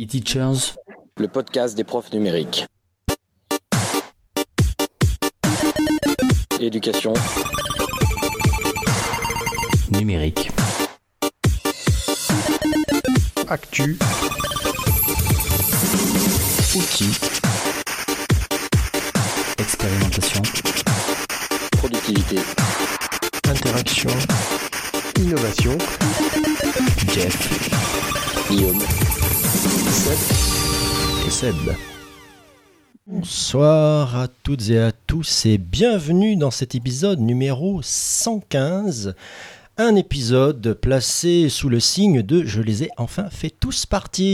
E-Teachers, le podcast des profs numériques. Éducation numérique. Actu. Outils. Expérimentation. productivité. Interaction. Innovation. Jeff. Guillaume. Seb. Et Seb. Bonsoir à toutes et à tous et bienvenue dans cet épisode numéro 115. Un épisode placé sous le signe de « Je les ai enfin fait tous partir ».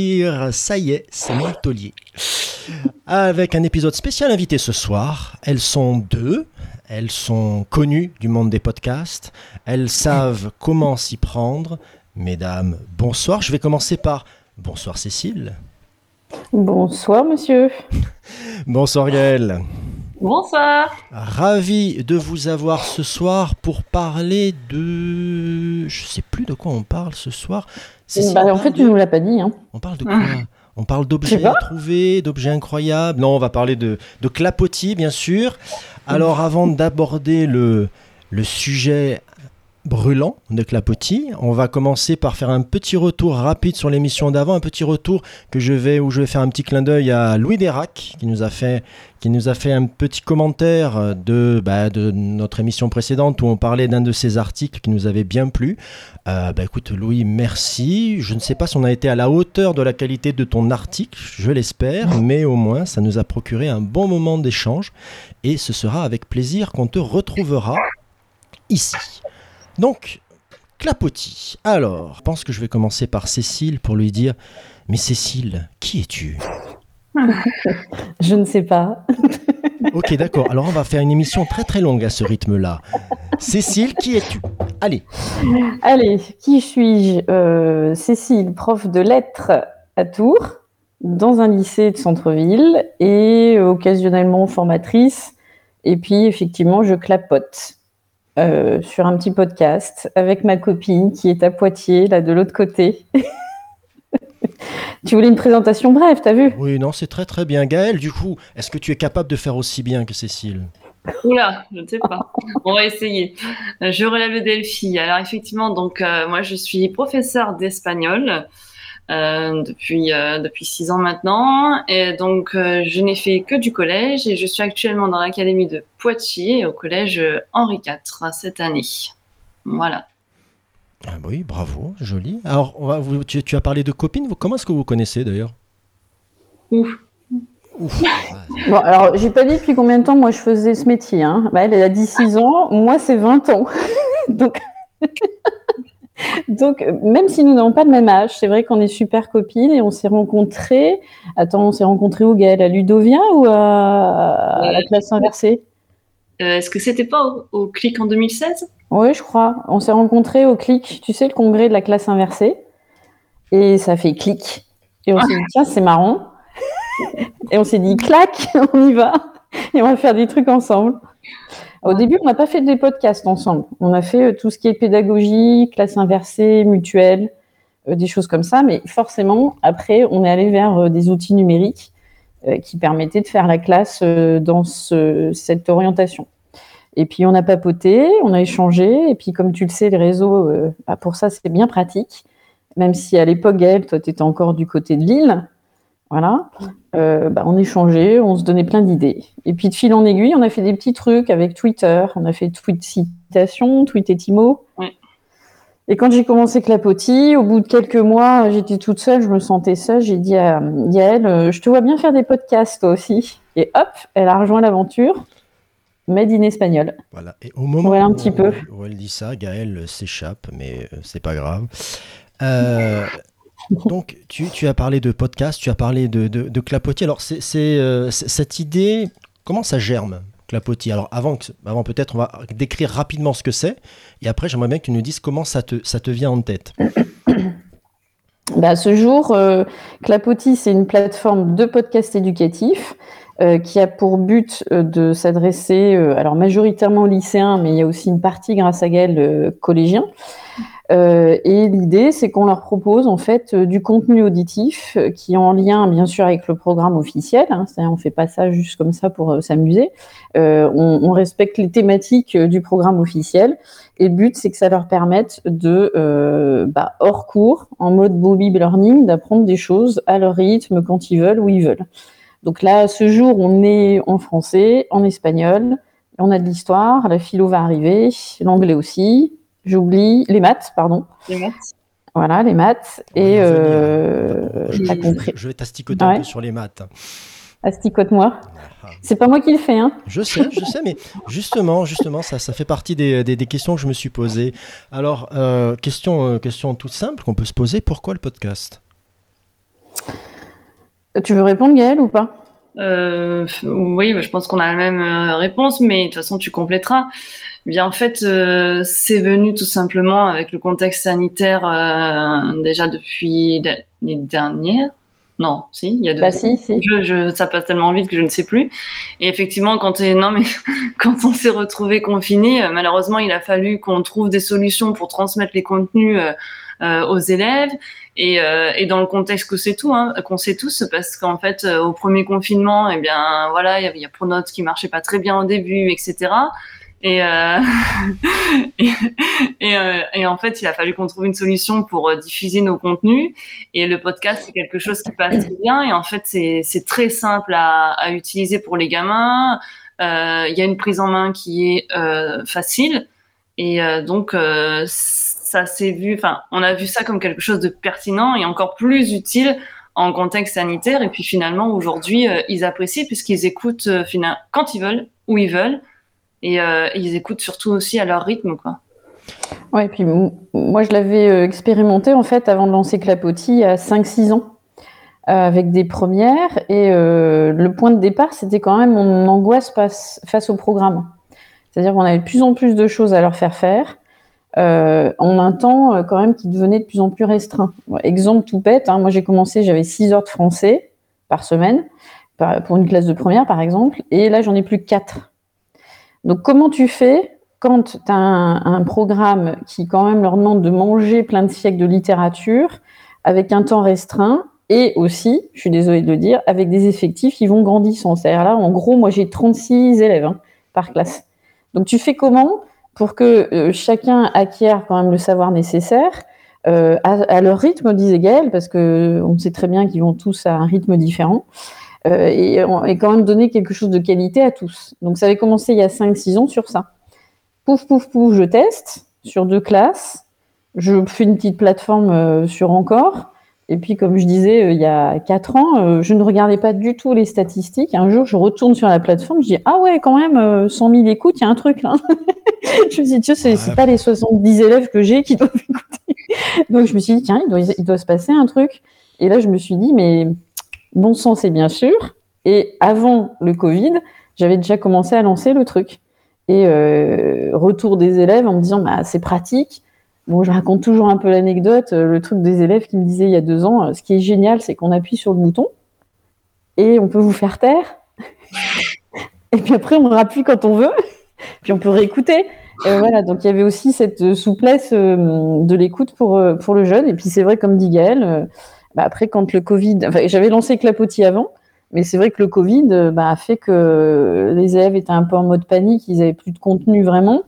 Ça y est, c'est moi le taulier. Avec un épisode spécial invité ce soir. Elles sont deux. Elles sont connues du monde des podcasts. Elles savent comment s'y prendre. Mesdames, bonsoir. Je vais commencer par « Bonsoir Cécile ». Bonsoir monsieur. Bonsoir Gaëlle. Bonsoir. Ravi de vous avoir ce soir pour parler de... Je sais plus de quoi on parle ce soir. Cécile, En fait, tu nous l'as pas dit. Hein. On parle de quoi ? On parle d'objets à trouver, d'objets incroyables. Non, on va parler de clapotis, bien sûr. Alors, avant d'aborder le sujet brûlant de clapotis, on va commencer par faire un petit retour rapide sur l'émission d'avant, un petit retour où je vais faire un petit clin d'œil à Louis Dérac qui nous a fait un petit commentaire de notre émission précédente où on parlait d'un de ses articles qui nous avait bien plu. Écoute Louis, merci. Je ne sais pas si on a été à la hauteur de la qualité de ton article, je l'espère, mais au moins ça nous a procuré un bon moment d'échange et ce sera avec plaisir qu'on te retrouvera ici. Donc, clapotis. Alors, je pense que je vais commencer par Cécile pour lui dire « Mais Cécile, qui es-tu » Je ne sais pas. Ok, d'accord. Alors, on va faire une émission très très longue à ce rythme-là. Cécile, qui es-tu ? Allez. Allez, qui suis-je ? Cécile, prof de lettres à Tours, dans un lycée de centre-ville et occasionnellement formatrice. Et puis, effectivement, je clapote. Sur un petit podcast avec ma copine qui est à Poitiers, là de l'autre côté. Tu voulais une présentation brève, t'as vu ? Oui, non, c'est très très bien. Gaëlle, du coup, est-ce que tu es capable de faire aussi bien que Cécile ? Oula, je ne sais pas. On va essayer. Je relève le défi. Alors effectivement, donc moi je suis professeure d'espagnol depuis 6 ans maintenant, et donc je n'ai fait que du collège et je suis actuellement dans l'académie de Poitiers au collège Henri IV cette année. Voilà. Ah oui, bravo, joli. Alors, tu as parlé de copines. Comment est-ce que vous connaissez d'ailleurs ? Ouf. Bon, alors, j'ai pas dit depuis combien de temps moi je faisais ce métier. Hein. Elle a 16 ans, moi c'est 20 ans. Donc, même si nous n'avons pas le même âge, c'est vrai qu'on est super copines et on s'est rencontrés. Attends, on s'est rencontrés où, Gaëlle ? À Ludovia ou à la classe inversée ? Est-ce que c'était pas au CLIC en 2016 ? Oui, je crois. On s'est rencontrés au CLIC, tu sais, le congrès de la classe inversée. Et ça fait clic. Et on s'est dit, tiens, c'est marrant. Et on s'est dit, clac, on y va. Et on va faire des trucs ensemble. Au début, on n'a pas fait des podcasts ensemble. On a fait tout ce qui est pédagogie, classe inversée, mutuelle, des choses comme ça. Mais forcément, après, on est allé vers des outils numériques qui permettaient de faire la classe dans cette orientation. Et puis, on a papoté, on a échangé. Et puis, comme tu le sais, les réseaux, pour ça, c'est bien pratique. Même si à l'époque, Gaëlle, toi, tu étais encore du côté de Lille. Voilà. On échangeait, on se donnait plein d'idées. Et puis, de fil en aiguille, on a fait des petits trucs avec Twitter. On a fait tweet citation, tweet et Timo. Ouais. Et quand j'ai commencé Clapotis, au bout de quelques mois, j'étais toute seule, je me sentais seule. J'ai dit à Gaëlle, je te vois bien faire des podcasts, toi aussi. Et hop, elle a rejoint l'aventure. Made in espagnol. Voilà. Et au moment un petit peu. où elle dit ça, Gaëlle s'échappe, mais c'est pas grave. Donc, tu as parlé de podcast, tu as parlé de clapotis. Alors, c'est cette idée, comment ça germe, clapotis ? Alors, avant peut-être, on va décrire rapidement ce que c'est. Et après, j'aimerais bien que tu nous dises comment ça te vient en tête. À ce jour, Clapotis, c'est une plateforme de podcast éducatif qui a pour but de s'adresser, alors majoritairement aux lycéens, mais il y a aussi une partie, grâce à Gaël, collégiens. Et l'idée, c'est qu'on leur propose en fait du contenu auditif qui est en lien bien sûr avec le programme officiel. C'est-à-dire, on fait pas ça juste comme ça pour s'amuser. On respecte les thématiques du programme officiel. Et le but, c'est que ça leur permette de, hors cours, en mode Bobby Learning, d'apprendre des choses à leur rythme, quand ils veulent, où ils veulent. Donc là, ce jour, on est en français, en espagnol, on a de l'histoire, la philo va arriver, l'anglais aussi. J'oublie les maths, pardon. Les maths. Voilà, les maths. Et t'as compris. Je vais t'asticoter un peu sur les maths. Asticote-moi. C'est pas moi qui le fais, hein. Je sais, mais justement, ça fait partie des questions que je me suis posées. Alors, question toute simple qu'on peut se poser, pourquoi le podcast ? Tu veux répondre, Gaël, ou pas ? Oui, je pense qu'on a la même réponse, mais de toute façon, tu compléteras. Bien, en fait, c'est venu tout simplement avec le contexte sanitaire déjà depuis l'année dernière. Non, si, il y a 2 ans. Si. Ça passe tellement vite que je ne sais plus. Et effectivement, quand on s'est retrouvés confinés, malheureusement, il a fallu qu'on trouve des solutions pour transmettre les contenus aux élèves. Et dans le contexte qu'on sait tous, parce qu'en fait, au premier confinement, il y a Pronote qui marchait pas très bien au début, etc. Et en fait, il a fallu qu'on trouve une solution pour diffuser nos contenus. Et le podcast, c'est quelque chose qui passe très bien. Et en fait, c'est très simple à utiliser pour les gamins. Il y a une prise en main qui est facile. Et donc, ça s'est vu. Enfin, on a vu ça comme quelque chose de pertinent et encore plus utile en contexte sanitaire. Et puis finalement, aujourd'hui, ils apprécient puisqu'ils écoutent quand ils veulent, où ils veulent. Et ils écoutent surtout aussi à leur rythme, quoi. Ouais, et puis moi, je l'avais expérimenté, en fait, avant de lancer Clapotis, à 5-6 ans, avec des premières. Et le point de départ, c'était quand même mon angoisse face au programme. C'est-à-dire qu'on avait de plus en plus de choses à leur faire, en un temps quand même qui devenait de plus en plus restreint. Exemple tout bête, moi j'ai commencé, j'avais 6 heures de français par semaine, pour une classe de première, par exemple, et là, j'en ai plus que 4. Donc, comment tu fais quand tu as un programme qui, quand même, leur demande de manger plein de siècles de littérature avec un temps restreint et aussi, je suis désolée de le dire, avec des effectifs qui vont grandissant. C'est-à-dire là, en gros, moi, j'ai 36 élèves par classe. Donc, tu fais comment pour que chacun acquiert quand même le savoir nécessaire à leur rythme, disait Gaël, parce qu'on sait très bien qu'ils vont tous à un rythme différent. Et quand même donner quelque chose de qualité à tous. Donc, ça avait commencé il y a 5-6 ans sur ça. Pouf, je teste sur 2 classes. Je fais une petite plateforme sur Encore. Et puis, comme je disais, il y a 4 ans, je ne regardais pas du tout les statistiques. Un jour, je retourne sur la plateforme, je dis « Ah ouais, quand même, 100 000 écoutes, il y a un truc là. » Je me suis dit « c'est pas les 70 élèves que j'ai qui doivent écouter. » Donc, je me suis dit « Tiens, il doit se passer un truc. » Et là, je me suis dit « Mais... » Bon sens, c'est bien sûr. Et avant le Covid, j'avais déjà commencé à lancer le truc. Et retour des élèves en me disant c'est pratique. Bon, je raconte toujours un peu l'anecdote, le truc des élèves qui me disaient il y a 2 ans, ce qui est génial, c'est qu'on appuie sur le bouton et on peut vous faire taire. Et puis après, on rappuie quand on veut. Puis on peut réécouter. Voilà, donc il y avait aussi cette souplesse de l'écoute pour le jeune. Et puis c'est vrai, comme dit Gaël, après, quand le Covid... j'avais lancé Clapotis avant, mais c'est vrai que le Covid a fait que les élèves étaient un peu en mode panique, ils n'avaient plus de contenu vraiment.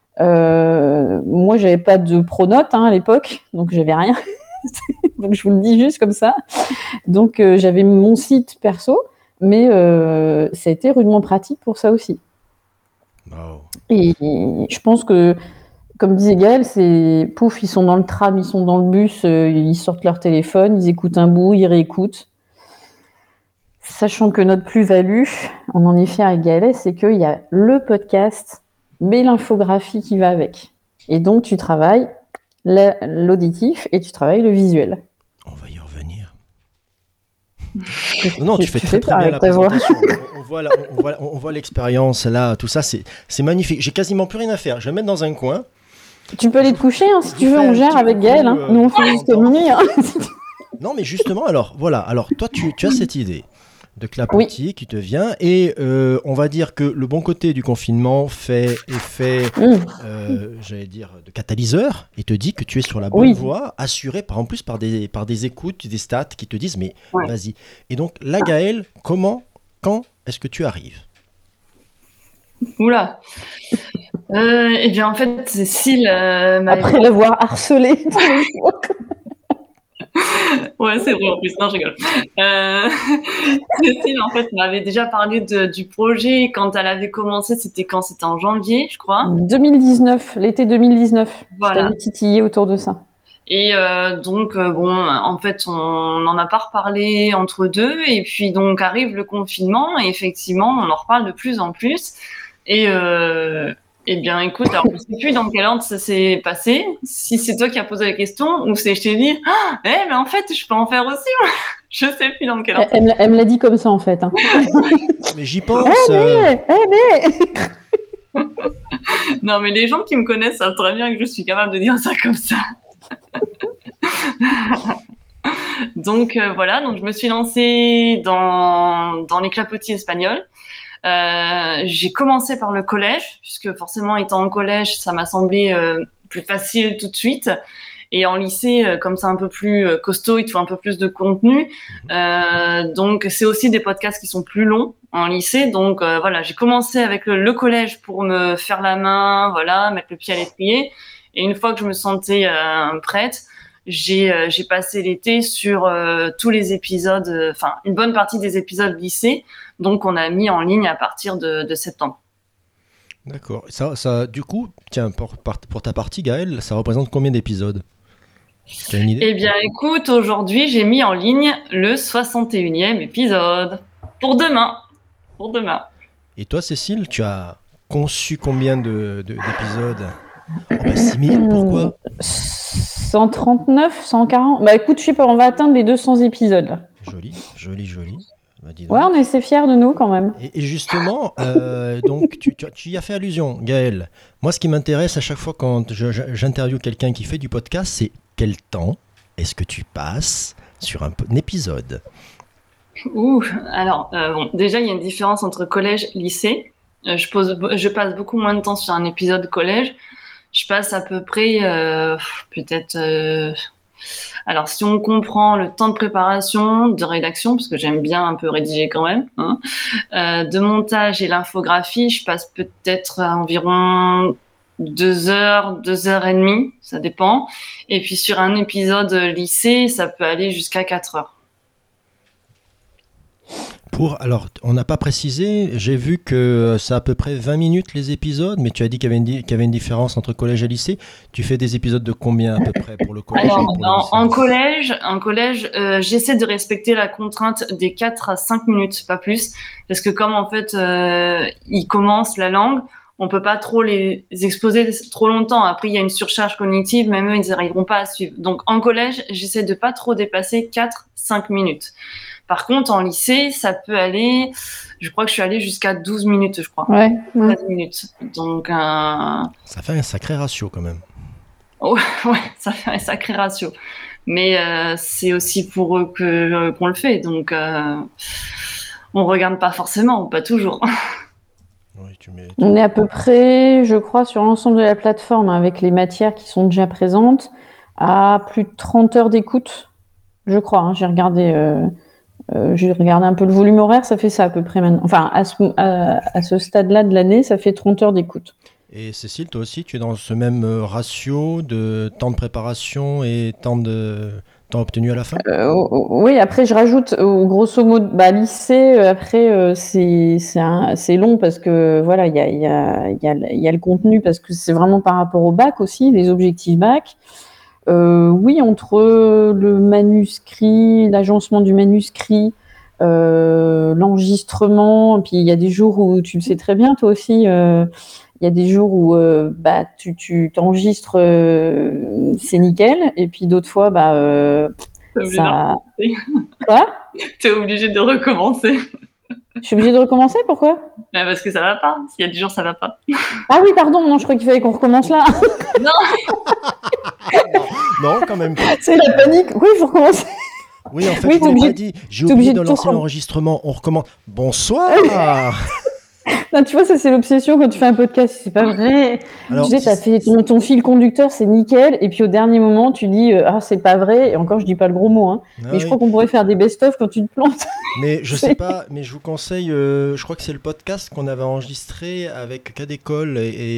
Moi, j'avais pas de Pronote à l'époque, donc j'avais rien. Donc je vous le dis juste comme ça. Donc j'avais mon site perso, mais ça a été rudement pratique pour ça aussi. Wow. Et je pense que, comme disait Gaël, c'est pouf, ils sont dans le tram, ils sont dans le bus, ils sortent leur téléphone, ils écoutent un bout, ils réécoutent. Sachant que notre plus-value, on en est fiers avec Gaël, c'est qu'il y a le podcast, mais l'infographie qui va avec. Et donc, tu travailles l'auditif et tu travailles le visuel. On va y revenir. Non, tu fais très bien la voix. présentation. On voit l'expérience là, tout ça, c'est magnifique. J'ai quasiment plus rien à faire. Je vais me mettre dans un coin. Tu peux aller te coucher, si tu veux, on gère avec Gaël. Nous, on fait jusqu'à minuit. Non, mais justement, alors, voilà. Alors, toi, tu as cette idée. de clapotis qui te vient. Et on va dire que le bon côté du confinement fait effet, j'allais dire, de catalyseur et te dit que tu es sur la bonne voie, assuré en plus par des écoutes, des stats qui te disent mais vas-y. Et donc là, Gaëlle, quand est-ce que tu arrives ? Oula. Eh bien, en fait, Cécile après l'avoir harcelée. Ouais, c'est vrai en plus, non, je rigole. Cécile, en fait, m'avait déjà parlé du projet quand elle avait commencé, c'était en janvier, je crois. 2019, l'été 2019. Voilà. Je t'avais titillé autour de ça. Et donc, en fait, on n'en a pas reparlé entre deux. Et puis, donc, arrive le confinement. Et effectivement, on en reparle de plus en plus. Et eh bien, écoute, alors, je ne sais plus dans quel ordre ça s'est passé. Si c'est toi qui as posé la question ou c'est je t'ai dit « mais en fait, je peux en faire aussi. » Je ne sais plus dans quel ordre. Elle me l'a dit comme ça, en fait. Hein. Mais j'y pense. Non, mais les gens qui me connaissent savent très bien que je suis capable de dire ça comme ça. Donc voilà, donc je me suis lancée dans les clapotis espagnols. J'ai commencé par le collège, puisque forcément étant en collège, ça m'a semblé plus facile tout de suite. Et en lycée, comme c'est un peu plus costaud, il te faut un peu plus de contenu. Donc c'est aussi des podcasts qui sont plus longs en lycée. Donc voilà, j'ai commencé avec le collège pour me faire la main, voilà, mettre le pied à l'étrier. Et une fois que je me sentais prête, j'ai passé l'été sur tous les épisodes, enfin une bonne partie des épisodes lycée. Donc on a mis en ligne à partir de septembre. D'accord. Ça, du coup, tiens, pour ta partie, Gaëlle, ça représente combien d'épisodes ? Tu as une idée ? Eh bien, écoute, aujourd'hui, j'ai mis en ligne le 61e épisode. Pour demain. Et toi, Cécile, tu as conçu combien d'épisodes ? 6 000, pourquoi ? 139, 140. Bah écoute, je sais pas, on va atteindre les 200 épisodes. Là. Joli. Bah, ouais, on est assez fiers de nous quand même. Et justement, donc tu y as fait allusion, Gaëlle. Moi, ce qui m'intéresse à chaque fois quand j'interviewe quelqu'un qui fait du podcast, c'est quel temps est-ce que tu passes sur un épisode ? Alors, déjà, il y a une différence entre collège et lycée. Je passe beaucoup moins de temps sur un épisode collège. Je passe à peu près, peut-être... Alors, si on comprend le temps de préparation, de rédaction, parce que j'aime bien un peu rédiger quand même, de montage et l'infographie, je passe peut-être à environ 2 heures, 2 heures et demie, ça dépend. Et puis sur un épisode lycée, ça peut aller jusqu'à 4 heures. Alors, on n'a pas précisé, j'ai vu que c'est à peu près 20 minutes les épisodes, mais tu as dit qu'il y avait une différence entre collège et lycée. Tu fais des épisodes de combien à peu près pour le collège ? Alors, en collège, j'essaie de respecter la contrainte des 4 à 5 minutes, pas plus. Parce que comme en fait, ils commencent la langue, on peut pas trop les exposer trop longtemps. Après, il y a une surcharge cognitive, même eux, ils n'arriveront pas à suivre. Donc, en collège, j'essaie de pas trop dépasser 4-5 minutes. Par contre, en lycée, ça peut aller, je crois que je suis allée jusqu'à 12 minutes, je crois. Ouais. 13 minutes. Donc, ça fait un sacré ratio quand même. Ouais, ça fait un sacré ratio. Mais c'est aussi pour eux qu'on le fait. Donc, on regarde pas forcément, pas toujours. Oui, on est à peu près, je crois, sur l'ensemble de la plateforme, avec les matières qui sont déjà présentes, à plus de 30 heures d'écoute, je crois. Hein, j'ai regardé un peu le volume horaire, ça fait ça à peu près maintenant. Enfin, à ce stade-là de l'année, ça fait 30 heures d'écoute. Et Cécile, toi aussi, tu es dans ce même ratio de temps de préparation et temps obtenu à la fin ? Oui, après, je rajoute, grosso modo, lycée, après, c'est long parce que, voilà, il y a le contenu, parce que c'est vraiment par rapport au bac aussi, les objectifs bac. Oui, entre le manuscrit, l'agencement du manuscrit, l'enregistrement, puis il y a des jours où, tu le sais très bien, toi aussi, il y a des jours où tu t'enregistres, c'est nickel, et puis d'autres fois, ça... Quoi ? T'es obligé de recommencer. Je suis obligée de recommencer, pourquoi ? Parce que ça va pas. S'il y a des jours, ça va pas. Ah oui, pardon, non, je crois qu'il fallait qu'on recommence là. Non. Non, quand même pas. C'est la panique. Oui, il faut recommencer. Oui, en fait, Oui, je vous l'ai t'es pas dit. J'ai t'es oublié obligé de de tout lancer prendre. l'enregistrement. On recommence. Bonsoir. Non, tu vois, ça c'est l'obsession quand tu fais un podcast, c'est pas vrai. Alors, Tu sais, t'as fait ton fil conducteur, c'est nickel, et puis au dernier moment, tu dis ah c'est pas vrai, et encore je dis pas le gros mot, hein. ah Mais je oui. crois qu'on pourrait faire des best-of quand tu te plantes. Mais je sais pas, mais je vous conseille, je crois que c'est le podcast qu'on avait enregistré avec Cadécole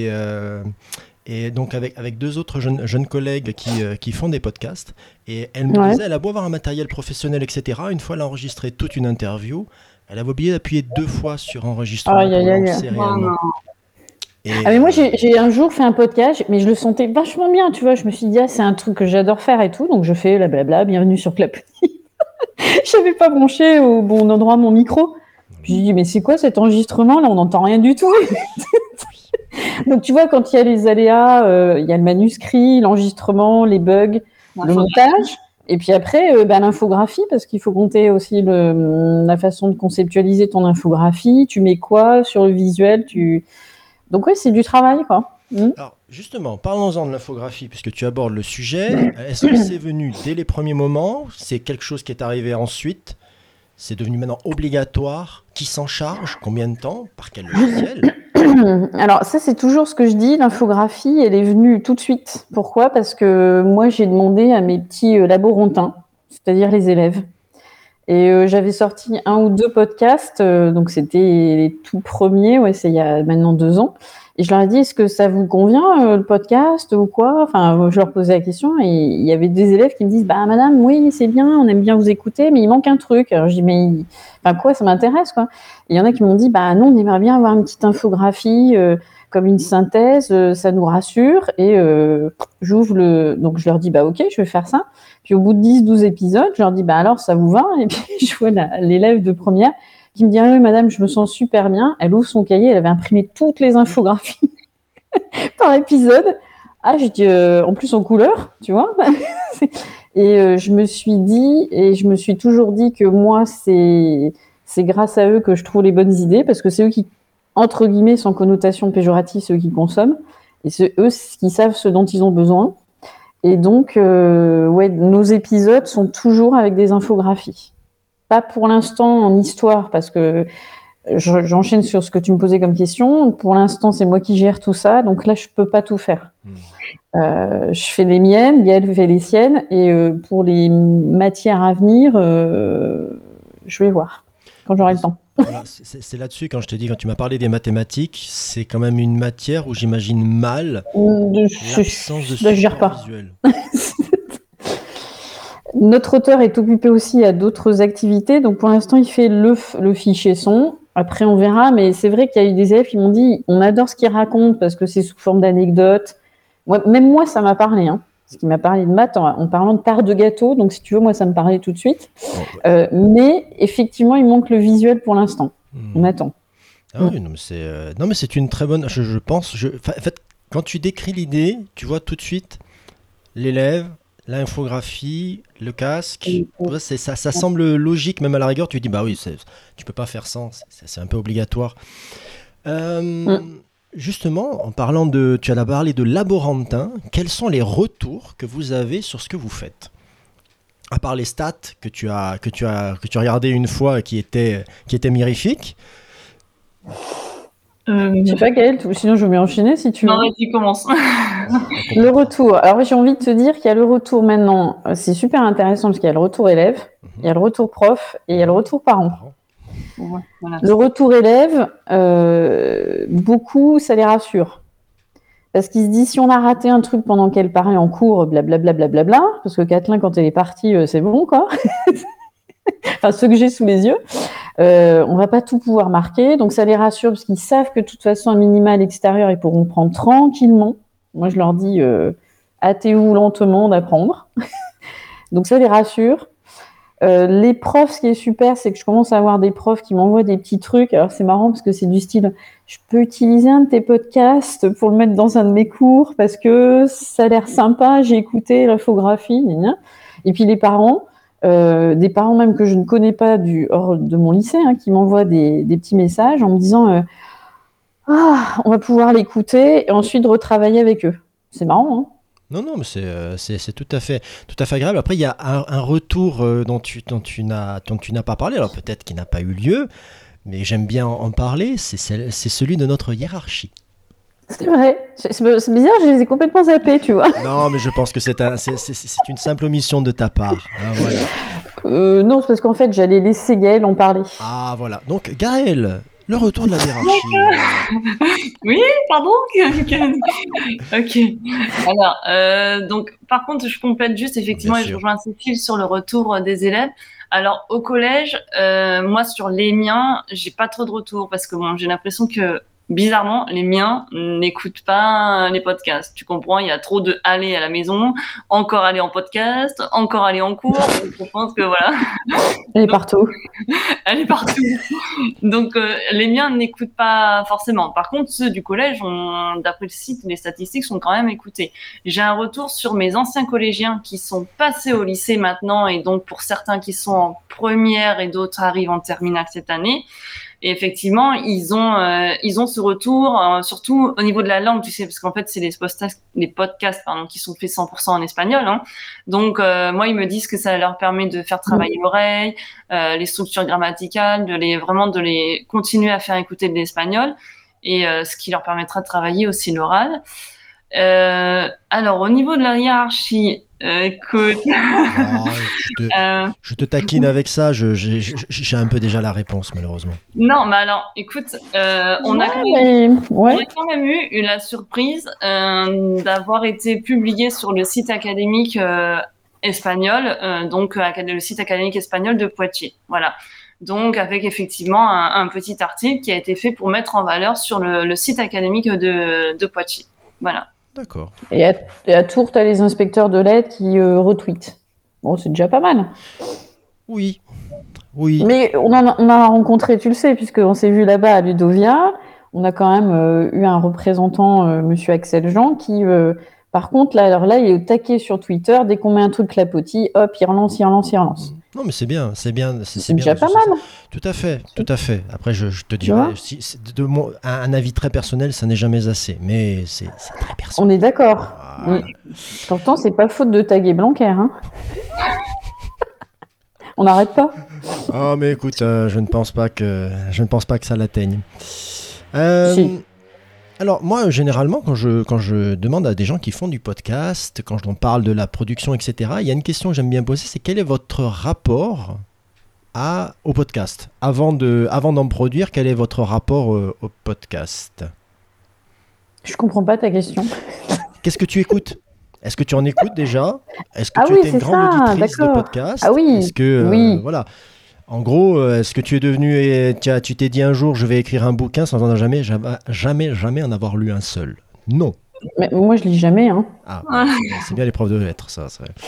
et donc avec deux autres jeunes collègues qui font des podcasts. Et elle me Ouais. disait, elle a beau avoir un matériel professionnel, etc. Une fois, elle a enregistré toute une interview. Elle avait oublié d'appuyer 2 fois sur enregistrement Aïe, pour aïe, aïe. lancer Oh réellement. non. Et, Ah mais moi j'ai un jour fait un podcast, mais je le sentais vachement bien, tu vois. Je me suis dit ah c'est un truc que j'adore faire et tout, donc je fais la blabla, bienvenue sur Clapotis. J'avais pas branché au bon endroit mon micro. Puis j'ai dit mais c'est quoi cet enregistrement là, on n'entend rien du tout. Donc tu vois quand il y a les aléas, il y a le manuscrit, l'enregistrement, les bugs, le montage. Et puis après, l'infographie, parce qu'il faut compter aussi la façon de conceptualiser ton infographie. Tu mets quoi sur le visuel Donc oui, c'est du travail, quoi. alors, justement, parlons-en de l'infographie, puisque tu abordes le sujet. Est-ce que c'est venu dès les premiers moments? C'est quelque chose qui est arrivé ensuite? C'est devenu maintenant obligatoire? Qui s'en charge? Combien de temps? Par quel logiciel? Alors ça, c'est toujours ce que je dis. L'infographie, elle est venue tout de suite. Pourquoi? Parce que moi, j'ai demandé à mes petits laborantins, c'est-à-dire les élèves. Et j'avais sorti 1 ou 2 podcasts, donc c'était les tout premiers, ouais, c'est il y a maintenant 2 ans. Et je leur ai dit, est-ce que ça vous convient, le podcast ou quoi? Enfin, je leur posais la question et il y avait des élèves qui me disent, bah madame, oui, c'est bien, on aime bien vous écouter, mais il manque un truc. Alors je dis, mais enfin quoi, ça m'intéresse, quoi. Et il y en a qui m'ont dit, bah non, on aimerait bien avoir une petite infographie, comme une synthèse, ça nous rassure. Et donc je leur dis, bah ok, je vais faire ça. Puis au bout de 10-12 épisodes, je leur dis, bah alors ça vous va? Et puis je vois l'élève de première qui me dit, ah oui madame, je me sens super bien. Elle ouvre son cahier, elle avait imprimé toutes les infographies par épisode. Ah, je dis, en plus en couleur, tu vois. Et je me suis dit, et je me suis toujours dit que moi, c'est grâce à eux que je trouve les bonnes idées, parce que c'est eux qui, entre guillemets, sans connotation péjorative, ceux qui consomment, et c'est eux qui savent ce dont ils ont besoin. Et donc, ouais, nos épisodes sont toujours avec des infographies. Pas pour l'instant en histoire, parce que j'enchaîne sur ce que tu me posais comme question. Pour l'instant, c'est moi qui gère tout ça, donc là, je peux pas tout faire. Je fais les miennes, Gaëlle fait les siennes, et pour les matières à venir, je vais voir quand j'aurai le temps. Voilà, c'est là-dessus, quand je te dis, quand tu m'as parlé des mathématiques, c'est quand même une matière où j'imagine mal l'absence de je gère support pas. visuel. Notre auteur est occupé aussi à d'autres activités, donc pour l'instant il fait le fichier son. Après on verra, mais c'est vrai qu'il y a eu des élèves qui m'ont dit on adore ce qu'il raconte parce que c'est sous forme d'anecdotes. Même moi ça m'a parlé, hein. Ce qui m'a parlé de maths en parlant de part de gâteau, donc si tu veux moi ça me parlait tout de suite. Mais effectivement il manque le visuel pour l'instant. On attend. Ah oui, non mais c'est une très bonne. Je pense. En fait, quand tu décris l'idée, tu vois tout de suite l'élève, l'infographie, le casque. Ouais, ça semble logique, même à la rigueur. Tu dis bah oui, tu peux pas faire sans. C'est un peu obligatoire. Justement, en parlant tu as parlé de laborantin. Quels sont les retours que vous avez sur ce que vous faites? À part les stats que tu as regardé une fois qui étaient mirifiques. Je sais pas Gaëlle, sinon je vais enchaîner si tu veux. Non, vas-y, commence. Le retour. Alors j'ai envie de te dire qu'il y a le retour maintenant. C'est super intéressant parce qu'il y a le retour élève, il y a le retour prof et il y a le retour parent. Ouais, voilà. Le retour élève, beaucoup, ça les rassure. Parce qu'ils se disent, si on a raté un truc pendant qu'elle parlait en cours, blablabla, parce que Catelyn, quand elle est partie, c'est bon, quoi. Enfin, ceux que j'ai sous les yeux. On va pas tout pouvoir marquer, donc ça les rassure, parce qu'ils savent que de toute façon, à minima à l'extérieur, ils pourront prendre tranquillement. Moi, je leur dis, hâtez-vous lentement d'apprendre. Donc ça les rassure. Les profs, ce qui est super, c'est que je commence à avoir des profs qui m'envoient des petits trucs. Alors c'est marrant parce que c'est du style, je peux utiliser un de tes podcasts pour le mettre dans un de mes cours parce que ça a l'air sympa, j'ai écouté l'infographie. Et puis les parents, des parents même que je ne connais pas hors de mon lycée, hein, qui m'envoient des petits messages en me disant on va pouvoir l'écouter et ensuite retravailler avec eux. C'est marrant, hein? Non, mais c'est tout à fait agréable. Après, il y a un retour dont tu n'as pas parlé, alors peut-être qu'il n'a pas eu lieu, mais j'aime bien en parler, c'est celui de notre hiérarchie. C'est vrai. C'est bizarre, je les ai complètement zappés, tu vois. Non, mais je pense que c'est une simple omission de ta part. Hein, voilà. Non, c'est parce qu'en fait, j'allais laisser Gaël en parler. Ah, voilà. Donc, Gaël, le retour de la hiérarchie. Oui, pardon. Ok. Alors, donc, par contre, je complète juste, effectivement, Bien et je sûr. rejoins Cécile sur le retour des élèves. Alors, au collège, moi, sur les miens, j'ai pas trop de retours parce que bon, j'ai l'impression que, bizarrement, les miens n'écoutent pas les podcasts. Tu comprends, il y a trop de aller à la maison, encore aller en podcast, encore aller en cours. Donc, je pense que voilà. Elle est partout. Elle est partout. Donc, les miens n'écoutent pas forcément. Par contre, ceux du collège, d'après le site, les statistiques sont quand même écoutées. J'ai un retour sur mes anciens collégiens qui sont passés au lycée maintenant, et donc pour certains qui sont en première et d'autres arrivent en terminale cette année. Et effectivement, ils ont ce retour, surtout au niveau de la langue, tu sais, parce qu'en fait, c'est les podcasts qui sont faits 100% en espagnol. Hein. Donc, moi, ils me disent que ça leur permet de faire travailler l'oreille, les structures grammaticales, de les continuer à faire écouter de l'espagnol, et ce qui leur permettra de travailler aussi l'oral. Alors, au niveau de la hiérarchie, écoute, Je te taquine avec ça, j'ai un peu déjà la réponse, malheureusement. non, mais alors, écoute, on a quand même eu la surprise d'avoir été publié sur le site académique espagnol, donc le site académique espagnol de Poitiers. Voilà. Donc, avec effectivement un petit article qui a été fait pour mettre en valeur sur le site académique de Poitiers. Voilà. D'accord. Et à Tours, tu as les inspecteurs de l'aide qui retweetent. Bon, c'est déjà pas mal. Oui. Mais on a rencontré, tu le sais, puisqu'on s'est vu là-bas à Ludovia. On a quand même eu un représentant, Monsieur Axel Jean, qui, par contre, là, il est au taquet sur Twitter. Dès qu'on met un truc clapotis, hop, il relance. Non, mais c'est bien. C'est déjà pas mal. Tout à fait. Après, je te dirais, un avis très personnel, ça n'est jamais assez. Mais c'est très personnel. On est d'accord. Ah. Pourtant, c'est pas faute de taguer Blanquer. Hein. On n'arrête pas. Oh, mais écoute, je ne pense pas que ça l'atteigne. Si. Alors moi, généralement, quand je demande à des gens qui font du podcast, quand on parle de la production, etc., il y a une question que j'aime bien poser, c'est quel est votre rapport au podcast ? Avant d'en produire, quel est votre rapport au podcast ? Je comprends pas ta question. Qu'est-ce que tu écoutes ? Est-ce que tu en écoutes déjà ? Est-ce que tu étais une grande auditrice de podcast ? Ah oui. Est-ce que oui. Voilà. En gros, est-ce que tu es devenu et tu t'es dit un jour je vais écrire un bouquin sans en jamais en avoir lu un seul ? Non. Mais moi je lis jamais. Hein. Ah, c'est bien les profs de lettres, ça.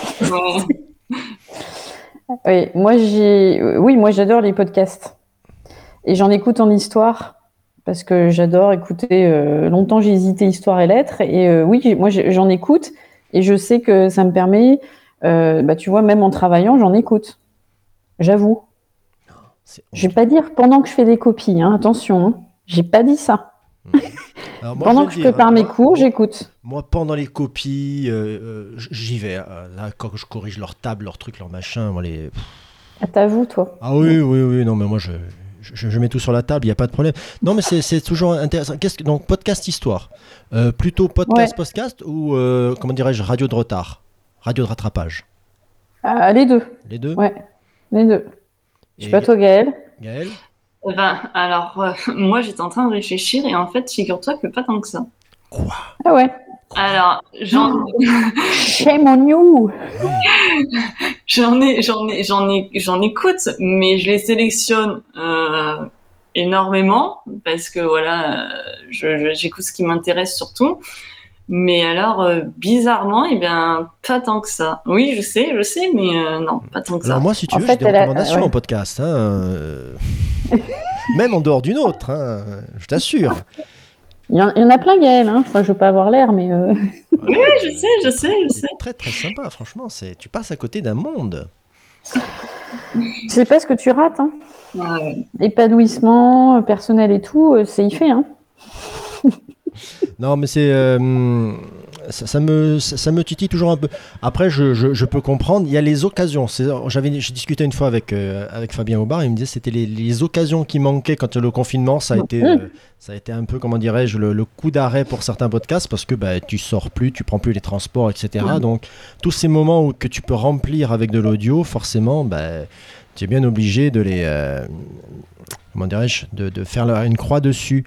Oui, moi j'adore les podcasts et j'en écoute en histoire parce que j'adore écouter. Longtemps j'ai hésité histoire et lettres et oui, moi j'en écoute et je sais que ça me permet. Tu vois, même en travaillant, j'en écoute. J'avoue. Je vais pas dire pendant que je fais des copies, hein, attention, hein. J'ai pas dit ça. Alors, moi, pendant que je prépare mes cours, j'écoute. Moi, pendant les copies, j'y vais. Là, quand je corrige leur table, leur truc, leur machin, moi, T'avoues, toi. Ah oui, non, mais moi, je mets tout sur la table, il n'y a pas de problème. Non, mais c'est toujours intéressant. Donc, podcast histoire. Plutôt podcast ou, comment dirais-je, radio de retard, radio de rattrapage. Les deux. Les deux ? Ouais, les deux. Je sais pas toi, Gaël. Gaël ? Alors, moi, j'étais en train de réfléchir et en fait, figure-toi que pas tant que ça. Quoi ? Ah ouais. Alors, Shame on you. j'en écoute, mais je les sélectionne énormément parce que voilà, j'écoute ce qui m'intéresse surtout. Mais alors, bizarrement, pas tant que ça. Oui, je sais, mais non, pas tant que ça. Alors moi, si tu veux, j'ai des recommandations en podcast. Même en dehors d'une autre, je t'assure. Il y en a plein, Gaël. Hein. Enfin, je veux pas avoir l'air, mais... Oui, je sais. C'est très, très sympa, franchement. Tu passes à côté d'un monde. Je sais pas ce que tu rates. Hein. Ouais. Épanouissement personnel et tout, c'est y fait. Hein. Non, mais c'est ça me titille toujours un peu. Après, je peux comprendre. Il y a les occasions. J'ai discuté une fois avec Fabien Aubard. Il me disait que c'était les occasions qui manquaient quand le confinement. Ça a été un peu, comment dirais-je, le coup d'arrêt pour certains podcasts parce que tu sors plus, tu prends plus les transports, etc. Donc tous ces moments que tu peux remplir avec de l'audio, forcément, tu es bien obligé de les comment dirais-je, de faire une croix dessus.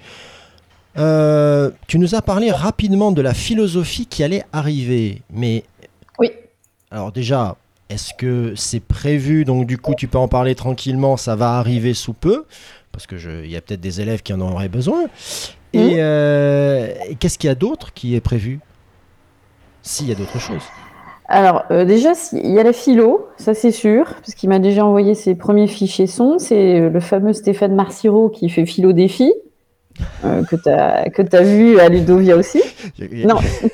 Tu nous as parlé rapidement de la philosophie qui allait arriver, mais oui. Alors déjà, est-ce que c'est prévu? Donc du coup, tu peux en parler tranquillement, ça va arriver sous peu, parce que il y a peut-être des élèves qui en auraient besoin. Et qu'est-ce qu'il y a d'autre qui est prévu? S'il y a d'autres choses. Alors déjà, il y a la philo, ça c'est sûr, parce qu'il m'a déjà envoyé ses premiers fichiers son. C'est le fameux Stéphane Marciro qui fait Philo Défi. Que t'as vu à Ludovia aussi. Non.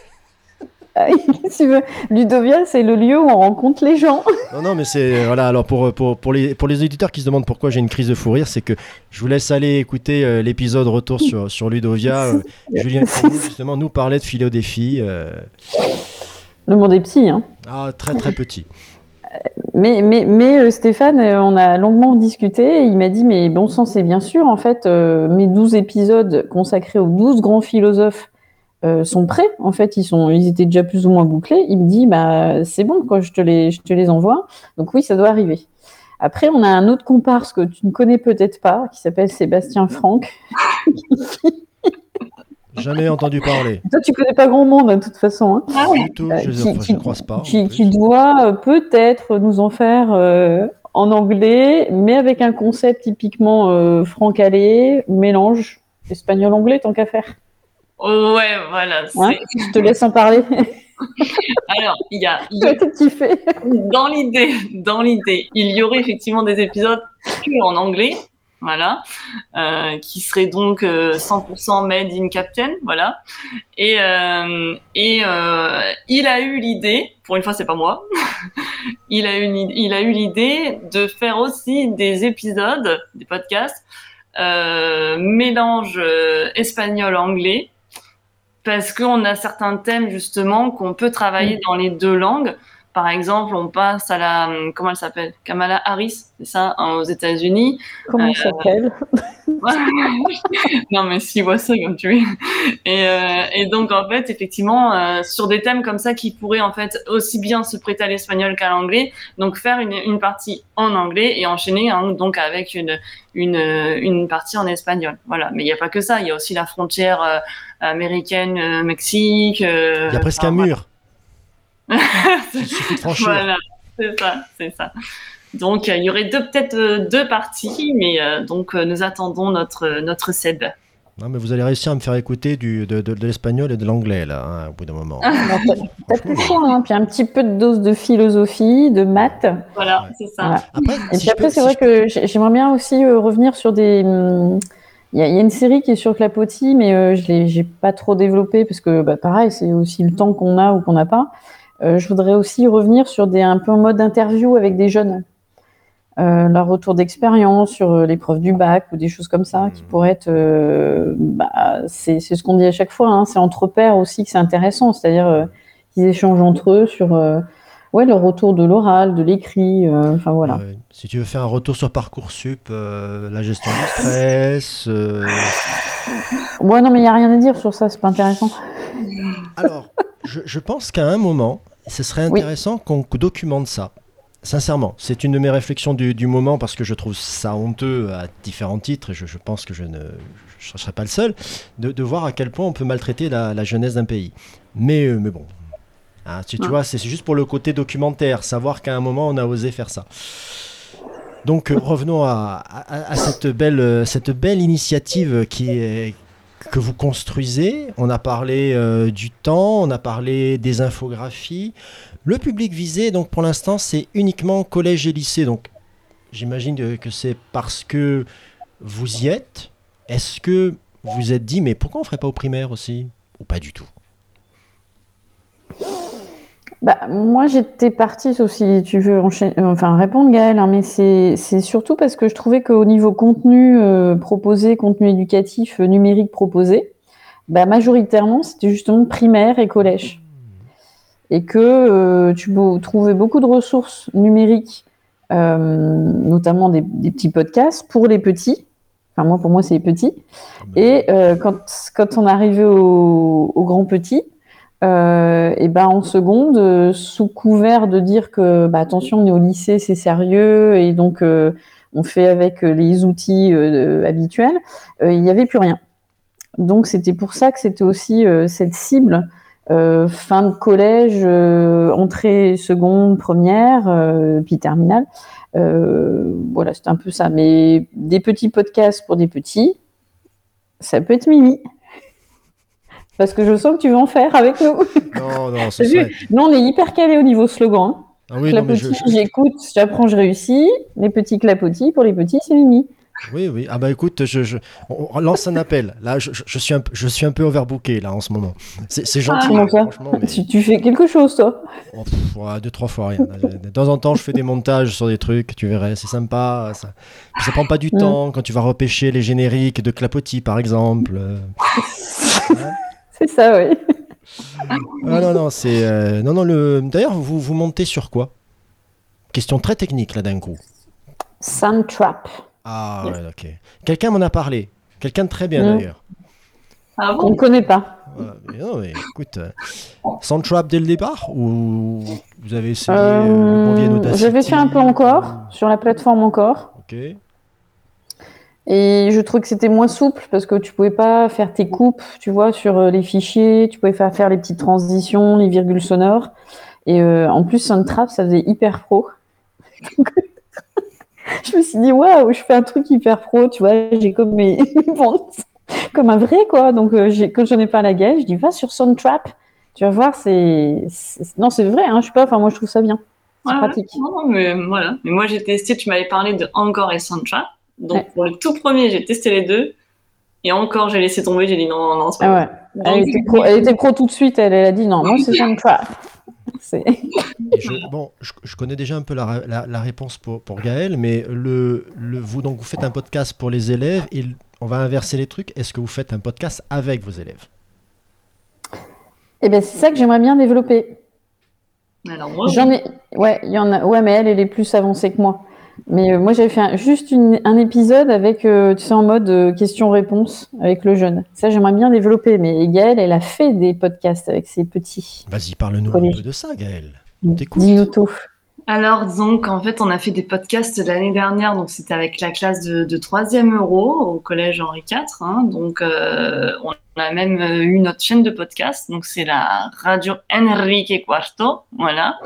Si tu veux, Ludovia, c'est le lieu où on rencontre les gens. Non, mais c'est voilà. Alors pour les auditeurs qui se demandent pourquoi j'ai une crise de fou rire, c'est que je vous laisse aller écouter l'épisode retour sur Ludovia. Julien justement nous parlait de Philo Défi. Le monde est petit, hein. Ah, très très petit. Mais Stéphane, on a longuement discuté et il m'a dit, mais bon sang, c'est bien sûr, en fait, mes 12 épisodes consacrés aux 12 grands philosophes sont prêts. En fait, ils étaient déjà plus ou moins bouclés. Il me dit, c'est bon, quoi, je te les envoie. Donc oui, ça doit arriver. Après, on a un autre comparse que tu ne connais peut-être pas, qui s'appelle Sébastien Franck. Jamais entendu parler. Toi, tu connais pas grand monde, de toute façon. Hein. Du tout, je ne croise pas. Qui doit peut-être nous en faire en anglais, mais avec un concept typiquement franc-calais, mélange espagnol-anglais, tant qu'à faire. Ouais, voilà. Hein, je te laisse en parler. Alors, il y a dans l'idée, il y aurait effectivement des épisodes en anglais. Voilà, qui serait donc 100% made in Captain, voilà. Et il a eu l'idée, pour une fois c'est pas moi, il a eu l'idée de faire aussi des épisodes, des podcasts mélange espagnol-anglais, parce qu'on a certains thèmes justement qu'on peut travailler dans les deux langues. Par exemple, on passe à comment elle s'appelle? Kamala Harris, c'est ça, aux États-Unis. Comment elle s'appelle? Non, mais si, vois ça comme tu es. Et donc, en fait, effectivement, sur des thèmes comme ça qui pourraient, en fait, aussi bien se prêter à l'espagnol qu'à l'anglais, donc faire une partie en anglais et enchaîner, donc avec une partie en espagnol. Voilà. Mais il n'y a pas que ça. Il y a aussi la frontière américaine, Mexique. Il y a presque un mur. Il suffit de franchir. Voilà, c'est ça. Donc, il y aurait peut-être deux parties, mais donc nous attendons notre Seb. Non, mais vous allez réussir à me faire écouter de l'espagnol et de l'anglais, là, au bout d'un moment. T'as plus quoi, hein, puis un petit peu de dose de philosophie, de maths. Voilà, c'est ça. Voilà. Après, c'est vrai que j'aimerais bien aussi revenir sur des... Il y a une série qui est sur Clapotis, mais j'ai pas trop développé, parce que, pareil, c'est aussi le temps qu'on a ou qu'on n'a pas. Je voudrais aussi revenir sur un peu en mode interview avec des jeunes. Leur retour d'expérience sur l'épreuve du bac ou des choses comme ça qui pourraient être... c'est ce qu'on dit à chaque fois, hein, c'est entre pairs aussi que c'est intéressant, c'est-à-dire qu'ils échangent entre eux sur leur retour de l'oral, de l'écrit, enfin voilà. Si tu veux faire un retour sur Parcoursup, la gestion du stress... Ouais, non, mais il n'y a rien à dire sur ça, c'est pas intéressant. Alors, je pense qu'à un moment, ce serait intéressant qu'on documente ça. Sincèrement, c'est une de mes réflexions du moment parce que je trouve ça honteux à différents titres et je pense que je ne serai pas le seul de voir à quel point on peut maltraiter la jeunesse d'un pays. Mais bon, hein, tu vois, c'est juste pour le côté documentaire, savoir qu'à un moment on a osé faire ça. Donc revenons à cette belle initiative que vous construisez. On a parlé du temps, on a parlé des infographies. Le public visé, donc pour l'instant, c'est uniquement collège et lycée. Donc j'imagine que c'est parce que vous y êtes. Est-ce que vous vous êtes dit, mais pourquoi on ne ferait pas au primaire aussi? Ou pas du tout? Moi, j'étais partie, sauf si tu veux répondre, Gaëlle, hein, mais c'est surtout parce que je trouvais qu'au niveau contenu proposé, contenu éducatif numérique proposé, majoritairement, c'était justement primaire et collège. Et que tu peux trouver beaucoup de ressources numériques, notamment des petits podcasts pour les petits. Enfin, pour moi, c'est les petits. Et quand on arrivait au grand petit, en seconde, sous couvert de dire que attention, on est au lycée, c'est sérieux, et donc on fait avec les outils habituels, il n'y avait plus rien. Donc c'était pour ça que c'était aussi cette cible fin de collège, entrée seconde, première, puis terminale. Voilà, c'est un peu ça. Mais des petits podcasts pour des petits, ça peut être Mimi. Parce que je sens que tu veux en faire avec nous. Non, c'est ça. Nous, on est hyper calés au niveau slogan. Ah oui, j'écoute, j'apprends, je réussis. Les petits clapotis, pour les petits, c'est Mimi. Oui. Ah écoute, on lance un appel. Là, je suis un peu overbooké là en ce moment. C'est gentil, franchement. Mais... Tu fais quelque chose, toi? 2-3 fois, rien. De temps en temps, je fais des montages sur des trucs, tu verrais, c'est sympa. Ça prend pas du temps quand tu vas repêcher les génériques de clapotis, par exemple. C'est ça, oui. Non, c'est... D'ailleurs, vous montez sur quoi? Question très technique, là, d'un coup. Soundtrap. Ah, ouais, ok. Quelqu'un m'en a parlé. Quelqu'un de très bien, d'ailleurs. Ah bon? On ne connaît pas. Mais écoute, Soundtrap dès le départ? Ou vous avez essayé le bon vieil Audacity? J'avais fait un peu encore, sur la plateforme encore. Ok. Et je trouvais que c'était moins souple parce que tu pouvais pas faire tes coupes, tu vois, sur les fichiers. Tu pouvais faire les petites transitions, les virgules sonores. Et en plus, Soundtrap, ça faisait hyper pro. Donc, je me suis dit, waouh, je fais un truc hyper pro, tu vois. J'ai comme mes ventes, comme un vrai, quoi. Donc, quand j'en ai parlé à Gaëlle, je dis, va sur Soundtrap. Tu vas voir, non, c'est vrai, hein, je sais pas, enfin, moi, je trouve ça bien. C'est pratique. Non, mais voilà. Mais moi, j'ai testé, tu m'avais parlé de Anchor et Soundtrap. Donc, pour le tout premier, j'ai testé les deux. Et encore, j'ai laissé tomber. J'ai dit non, c'est pas vrai. Elle était pro tout de suite. Elle a dit non, c'est Soundtrap. Je connais déjà un peu la réponse pour Gaëlle, mais vous faites un podcast pour les élèves et on va inverser les trucs. Est-ce que vous faites un podcast avec vos élèves? Eh bien, c'est ça que j'aimerais bien développer. Alors, moi, il y en a. Ouais, mais elle est plus avancée que moi. Mais moi, j'avais fait juste un épisode avec, tu sais, en mode questions-réponses avec le jeune. Ça, j'aimerais bien développer. Mais Gaëlle, elle a fait des podcasts avec ses petits. Vas-y, parle-nous un peu de ça, Gaëlle. Dis-nous tout. Alors, donc, en fait, on a fait des podcasts l'année dernière. Donc, c'était avec la classe de 3e Euro au collège Henri IV. Hein, donc, on a même eu notre chaîne de podcast. Donc, c'est la radio Enrique Quarto. Voilà.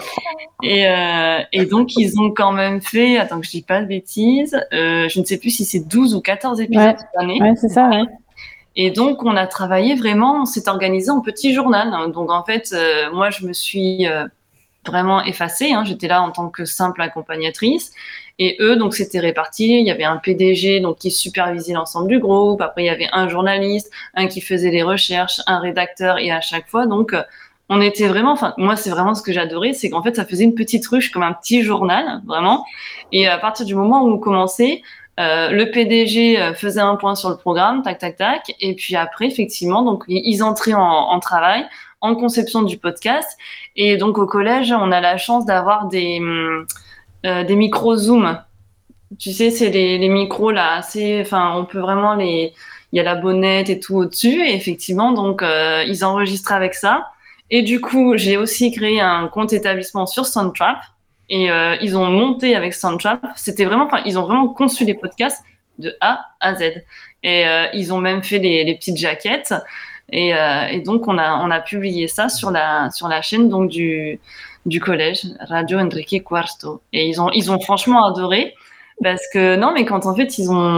Et donc, ils ont quand même fait, attends que je dis pas de bêtises, je ne sais plus si c'est 12 ou 14 épisodes cette année. Ouais, c'est ça, ouais. Et donc, on a travaillé vraiment, on s'est organisé en petit journal. Donc, en fait, moi, je me suis vraiment effacée. Hein. J'étais là en tant que simple accompagnatrice. Et eux, donc, c'était réparti. Il y avait un PDG donc, qui supervisait l'ensemble du groupe. Après, il y avait un journaliste, un qui faisait les recherches, un rédacteur. Et à chaque fois, donc, on était vraiment, enfin, moi, c'est vraiment ce que j'adorais, c'est qu'en fait, ça faisait une petite ruche comme un petit journal, vraiment. Et à partir du moment où on commençait, le PDG faisait un point sur le programme, tac, tac, tac. Et puis après, effectivement, donc, ils entraient en travail, en conception du podcast. Et donc, au collège, on a la chance d'avoir des micros Zoom. Tu sais, c'est les micros là, assez, enfin, on peut vraiment il y a la bonnette et tout au-dessus. Et effectivement, donc, ils enregistraient avec ça. Et du coup, j'ai aussi créé un compte établissement sur Soundtrap. Et ils ont monté avec Soundtrap. C'était vraiment, enfin, ils ont vraiment conçu les podcasts de A à Z. Et ils ont même fait les petites jaquettes. Et donc, on a publié ça sur la chaîne donc du collège Radio Enrique Quarto. Et ils ont franchement adoré parce que non, mais quand en fait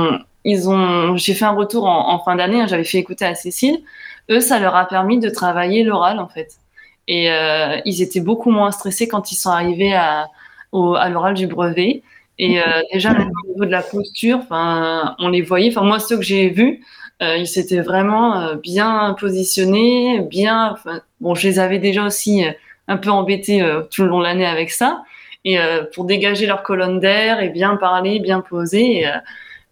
j'ai fait un retour en fin d'année. Hein, j'avais fait écouter à Cécile. Eux, ça leur a permis de travailler l'oral en fait. Et ils étaient beaucoup moins stressés quand ils sont arrivés à l'oral du brevet. Et déjà, même au niveau de la posture, on les voyait. Enfin, moi, ceux que j'ai vus, ils s'étaient vraiment bien positionnés, bien. Bon, je les avais déjà aussi un peu embêtés tout le long de l'année avec ça. Et pour dégager leur colonne d'air et bien parler, bien poser.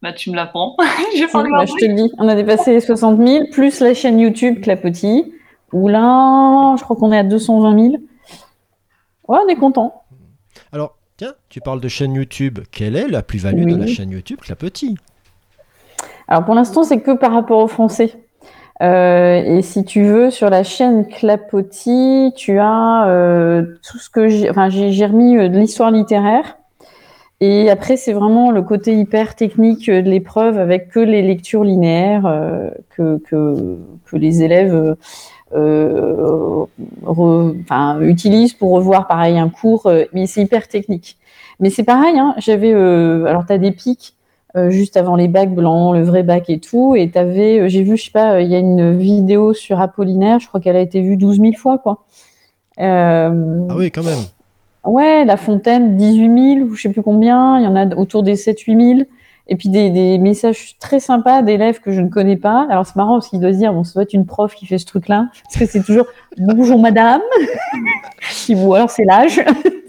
Bah, tu me l'apprends. Je vais Si, pas bah, je te regarder. le dis, on a dépassé les 60 000, plus la chaîne YouTube Clapotis, où là, je crois qu'on est à 220 000. Ouais, on est content. Alors, tiens, tu parles de chaîne YouTube. Quelle est la plus-value de la Oui. chaîne YouTube Clapotis? Alors pour l'instant, c'est que par rapport aux Français. Et si tu veux, sur la chaîne Clapotis, tu as tout ce que j'ai remis de l'histoire littéraire. Et après, c'est vraiment le côté hyper technique de l'épreuve avec que les lectures linéaires que les élèves utilisent pour revoir pareil un cours, mais c'est hyper technique. Mais c'est pareil, hein, alors tu as des pics juste avant les bacs blancs, le vrai bac et tout, et j'ai vu, je sais pas, il y a une vidéo sur Apollinaire, je crois qu'elle a été vue 12 000 fois, quoi. Ah oui, quand même. Ouais, La Fontaine, 18 000, ou je sais plus combien, il y en a autour des 7-8 000. Et puis des messages très sympas d'élèves que je ne connais pas. Alors c'est marrant parce qu'il doit se dire, bon, ça doit être une prof qui fait ce truc-là, parce que c'est toujours bonjour madame, ou alors c'est l'âge.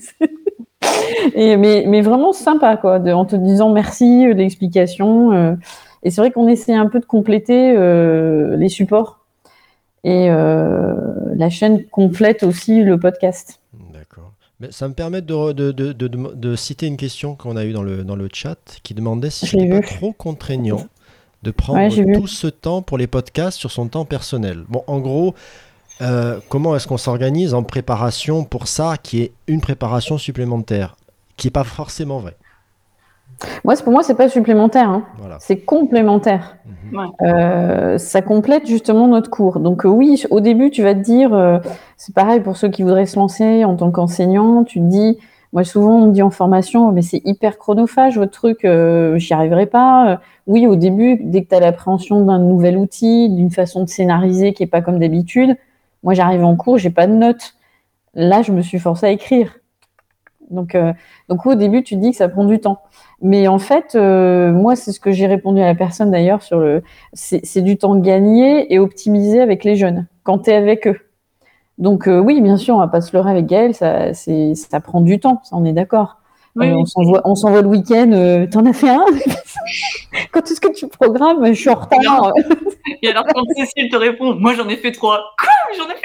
Mais vraiment sympa, quoi, en te disant merci de l'explication. Et c'est vrai qu'on essaie un peu de compléter les supports. Et la chaîne complète aussi le podcast. D'accord. Mais ça me permet de citer une question qu'on a eue dans le chat qui demandait si Je l'ai c'était pas vu. trop contraignant de Ouais, prendre j'ai vu. tout ce temps pour les podcasts sur son temps personnel. Bon, en gros, comment est-ce qu'on s'organise en préparation pour ça qui est une préparation supplémentaire, qui n'est pas forcément vrai. Pour moi, c'est pas supplémentaire, hein. Voilà. C'est complémentaire. Ouais. Ça complète justement notre cours. Donc oui, au début, tu vas te dire, c'est pareil pour ceux qui voudraient se lancer en tant qu'enseignant, tu te dis, moi souvent on me dit en formation, mais c'est hyper chronophage votre truc, j'y arriverai pas. Oui, au début, dès que tu as l'appréhension d'un nouvel outil, d'une façon de scénariser qui est pas comme d'habitude, moi j'arrive en cours, j'ai pas de notes. Là, je me suis forcée à écrire. Donc au début, tu te dis que ça prend du temps. Mais en fait, moi, c'est ce que j'ai répondu à la personne d'ailleurs c'est du temps gagné et optimisé avec les jeunes, quand tu es avec eux. Donc oui, bien sûr, on va pas se leurrer avec Gaëlle, ça prend du temps, ça on est d'accord. Oui, On oui. s'envoie le week-end, t'en as fait un? Quand est-ce que tu programmes? Je suis en retard. Et alors, quand Cécile te répond, moi j'en ai fait 3. Quoi? J'en ai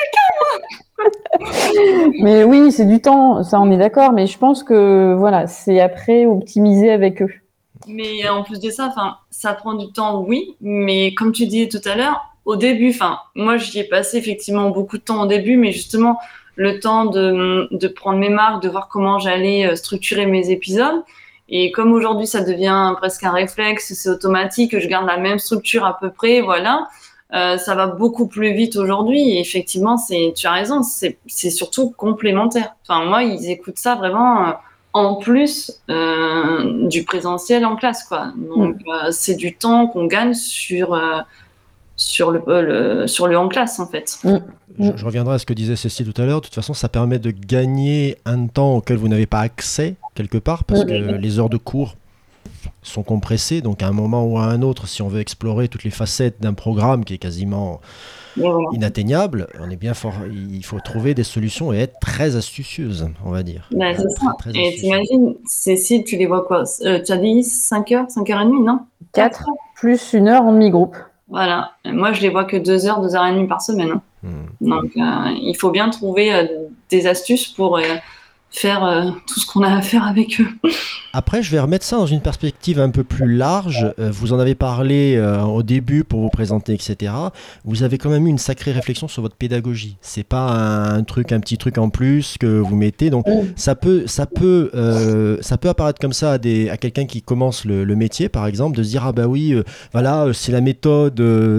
fait. Mais oui, c'est du temps, ça on est d'accord, mais je pense que voilà, c'est après optimisé avec eux. Mais en plus de ça, ça prend du temps, oui. Mais comme tu disais tout à l'heure, au début, moi j'y ai passé effectivement beaucoup de temps au début, mais justement le temps de prendre mes marques, de voir comment j'allais structurer mes épisodes. Et comme aujourd'hui ça devient presque un réflexe, c'est automatique, je garde la même structure à peu près, voilà. Ça va beaucoup plus vite aujourd'hui. Et effectivement, tu as raison, c'est surtout complémentaire. Moi, ils écoutent ça vraiment en plus du présentiel en classe, quoi. Donc, c'est du temps qu'on gagne sur le en classe, en fait. Je reviendrai à ce que disait Cécile tout à l'heure. De toute façon, ça permet de gagner un temps auquel vous n'avez pas accès quelque part, parce que les heures de cours sont compressées. Donc, à un moment ou à un autre, si on veut explorer toutes les facettes d'un programme qui est quasiment inatteignable, il faut trouver des solutions et être très astucieuse, on va dire. Ben, c'est ça. Très Et astucieuse. t'imagines, Cécile, tu les vois quoi? Tu as dit 5 heures, 5h30, non? 4 plus 1 heure en demi-groupe. Voilà. Moi, je les vois que 2 heures, 2h30 par semaine. Donc, il faut bien trouver des astuces pour faire tout ce qu'on a à faire avec eux. Après, je vais remettre ça dans une perspective un peu plus large. Vous en avez parlé au début pour vous présenter, etc. Vous avez quand même eu une sacrée réflexion sur votre pédagogie. C'est pas un petit truc en plus que vous mettez. Donc, ça peut apparaître comme ça à quelqu'un qui commence le métier, par exemple, de se dire ah bah oui, voilà, c'est la méthode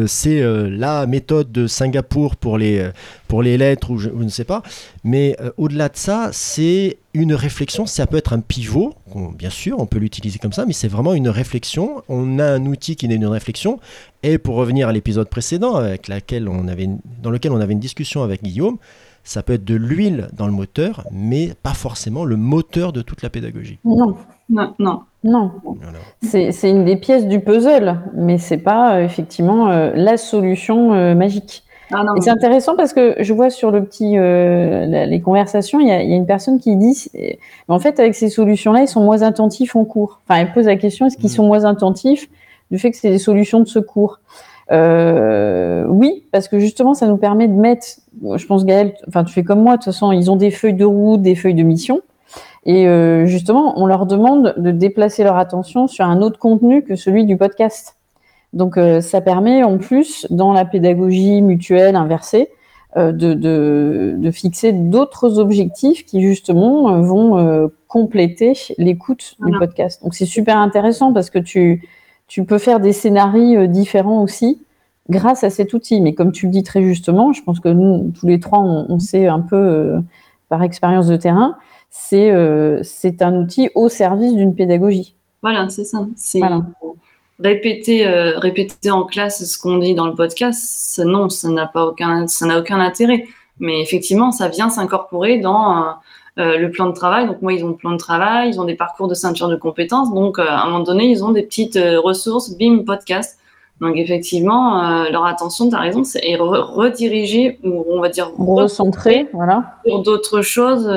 de Singapour pour les lettres ou je ne sais pas. Mais au-delà de ça, c'est une réflexion, ça peut être un pivot, bien sûr, on peut l'utiliser comme ça, mais c'est vraiment une réflexion. On a un outil qui est une réflexion. Et pour revenir à l'épisode précédent, dans lequel on avait une discussion avec Guillaume, ça peut être de l'huile dans le moteur, mais pas forcément le moteur de toute la pédagogie. Non. Voilà. C'est une des pièces du puzzle, mais c'est pas effectivement la solution magique. Ah, non, et c'est intéressant parce que je vois sur les conversations, il y a une personne qui dit, en fait, avec ces solutions-là, ils sont moins attentifs en cours. Enfin, elle pose la question, est-ce qu'ils sont moins attentifs du fait que c'est des solutions de secours. Oui, parce que justement, ça nous permet de mettre, je pense Gaël, enfin tu fais comme moi, de toute façon, ils ont des feuilles de route, des feuilles de mission, et justement, on leur demande de déplacer leur attention sur un autre contenu que celui du podcast. Donc ça permet en plus, dans la pédagogie mutuelle inversée, de fixer d'autres objectifs qui justement vont compléter l'écoute du podcast. Donc c'est super intéressant parce que tu peux faire des scénarios différents aussi grâce à cet outil. Mais comme tu le dis très justement, je pense que nous, tous les trois, on sait un peu par expérience de terrain, c'est un outil au service d'une pédagogie. Voilà, c'est ça. Voilà. Répéter en classe ce qu'on dit dans le podcast, ça n'a aucun intérêt. Mais effectivement, ça vient s'incorporer dans le plan de travail. Donc moi, ils ont le plan de travail, ils ont des parcours de ceinture de compétences. Donc à un moment donné, ils ont des petites ressources, bim, podcast. Donc effectivement, leur attention, tu as raison, c'est redirigée, ou on va dire recentrer, voilà, sur d'autres choses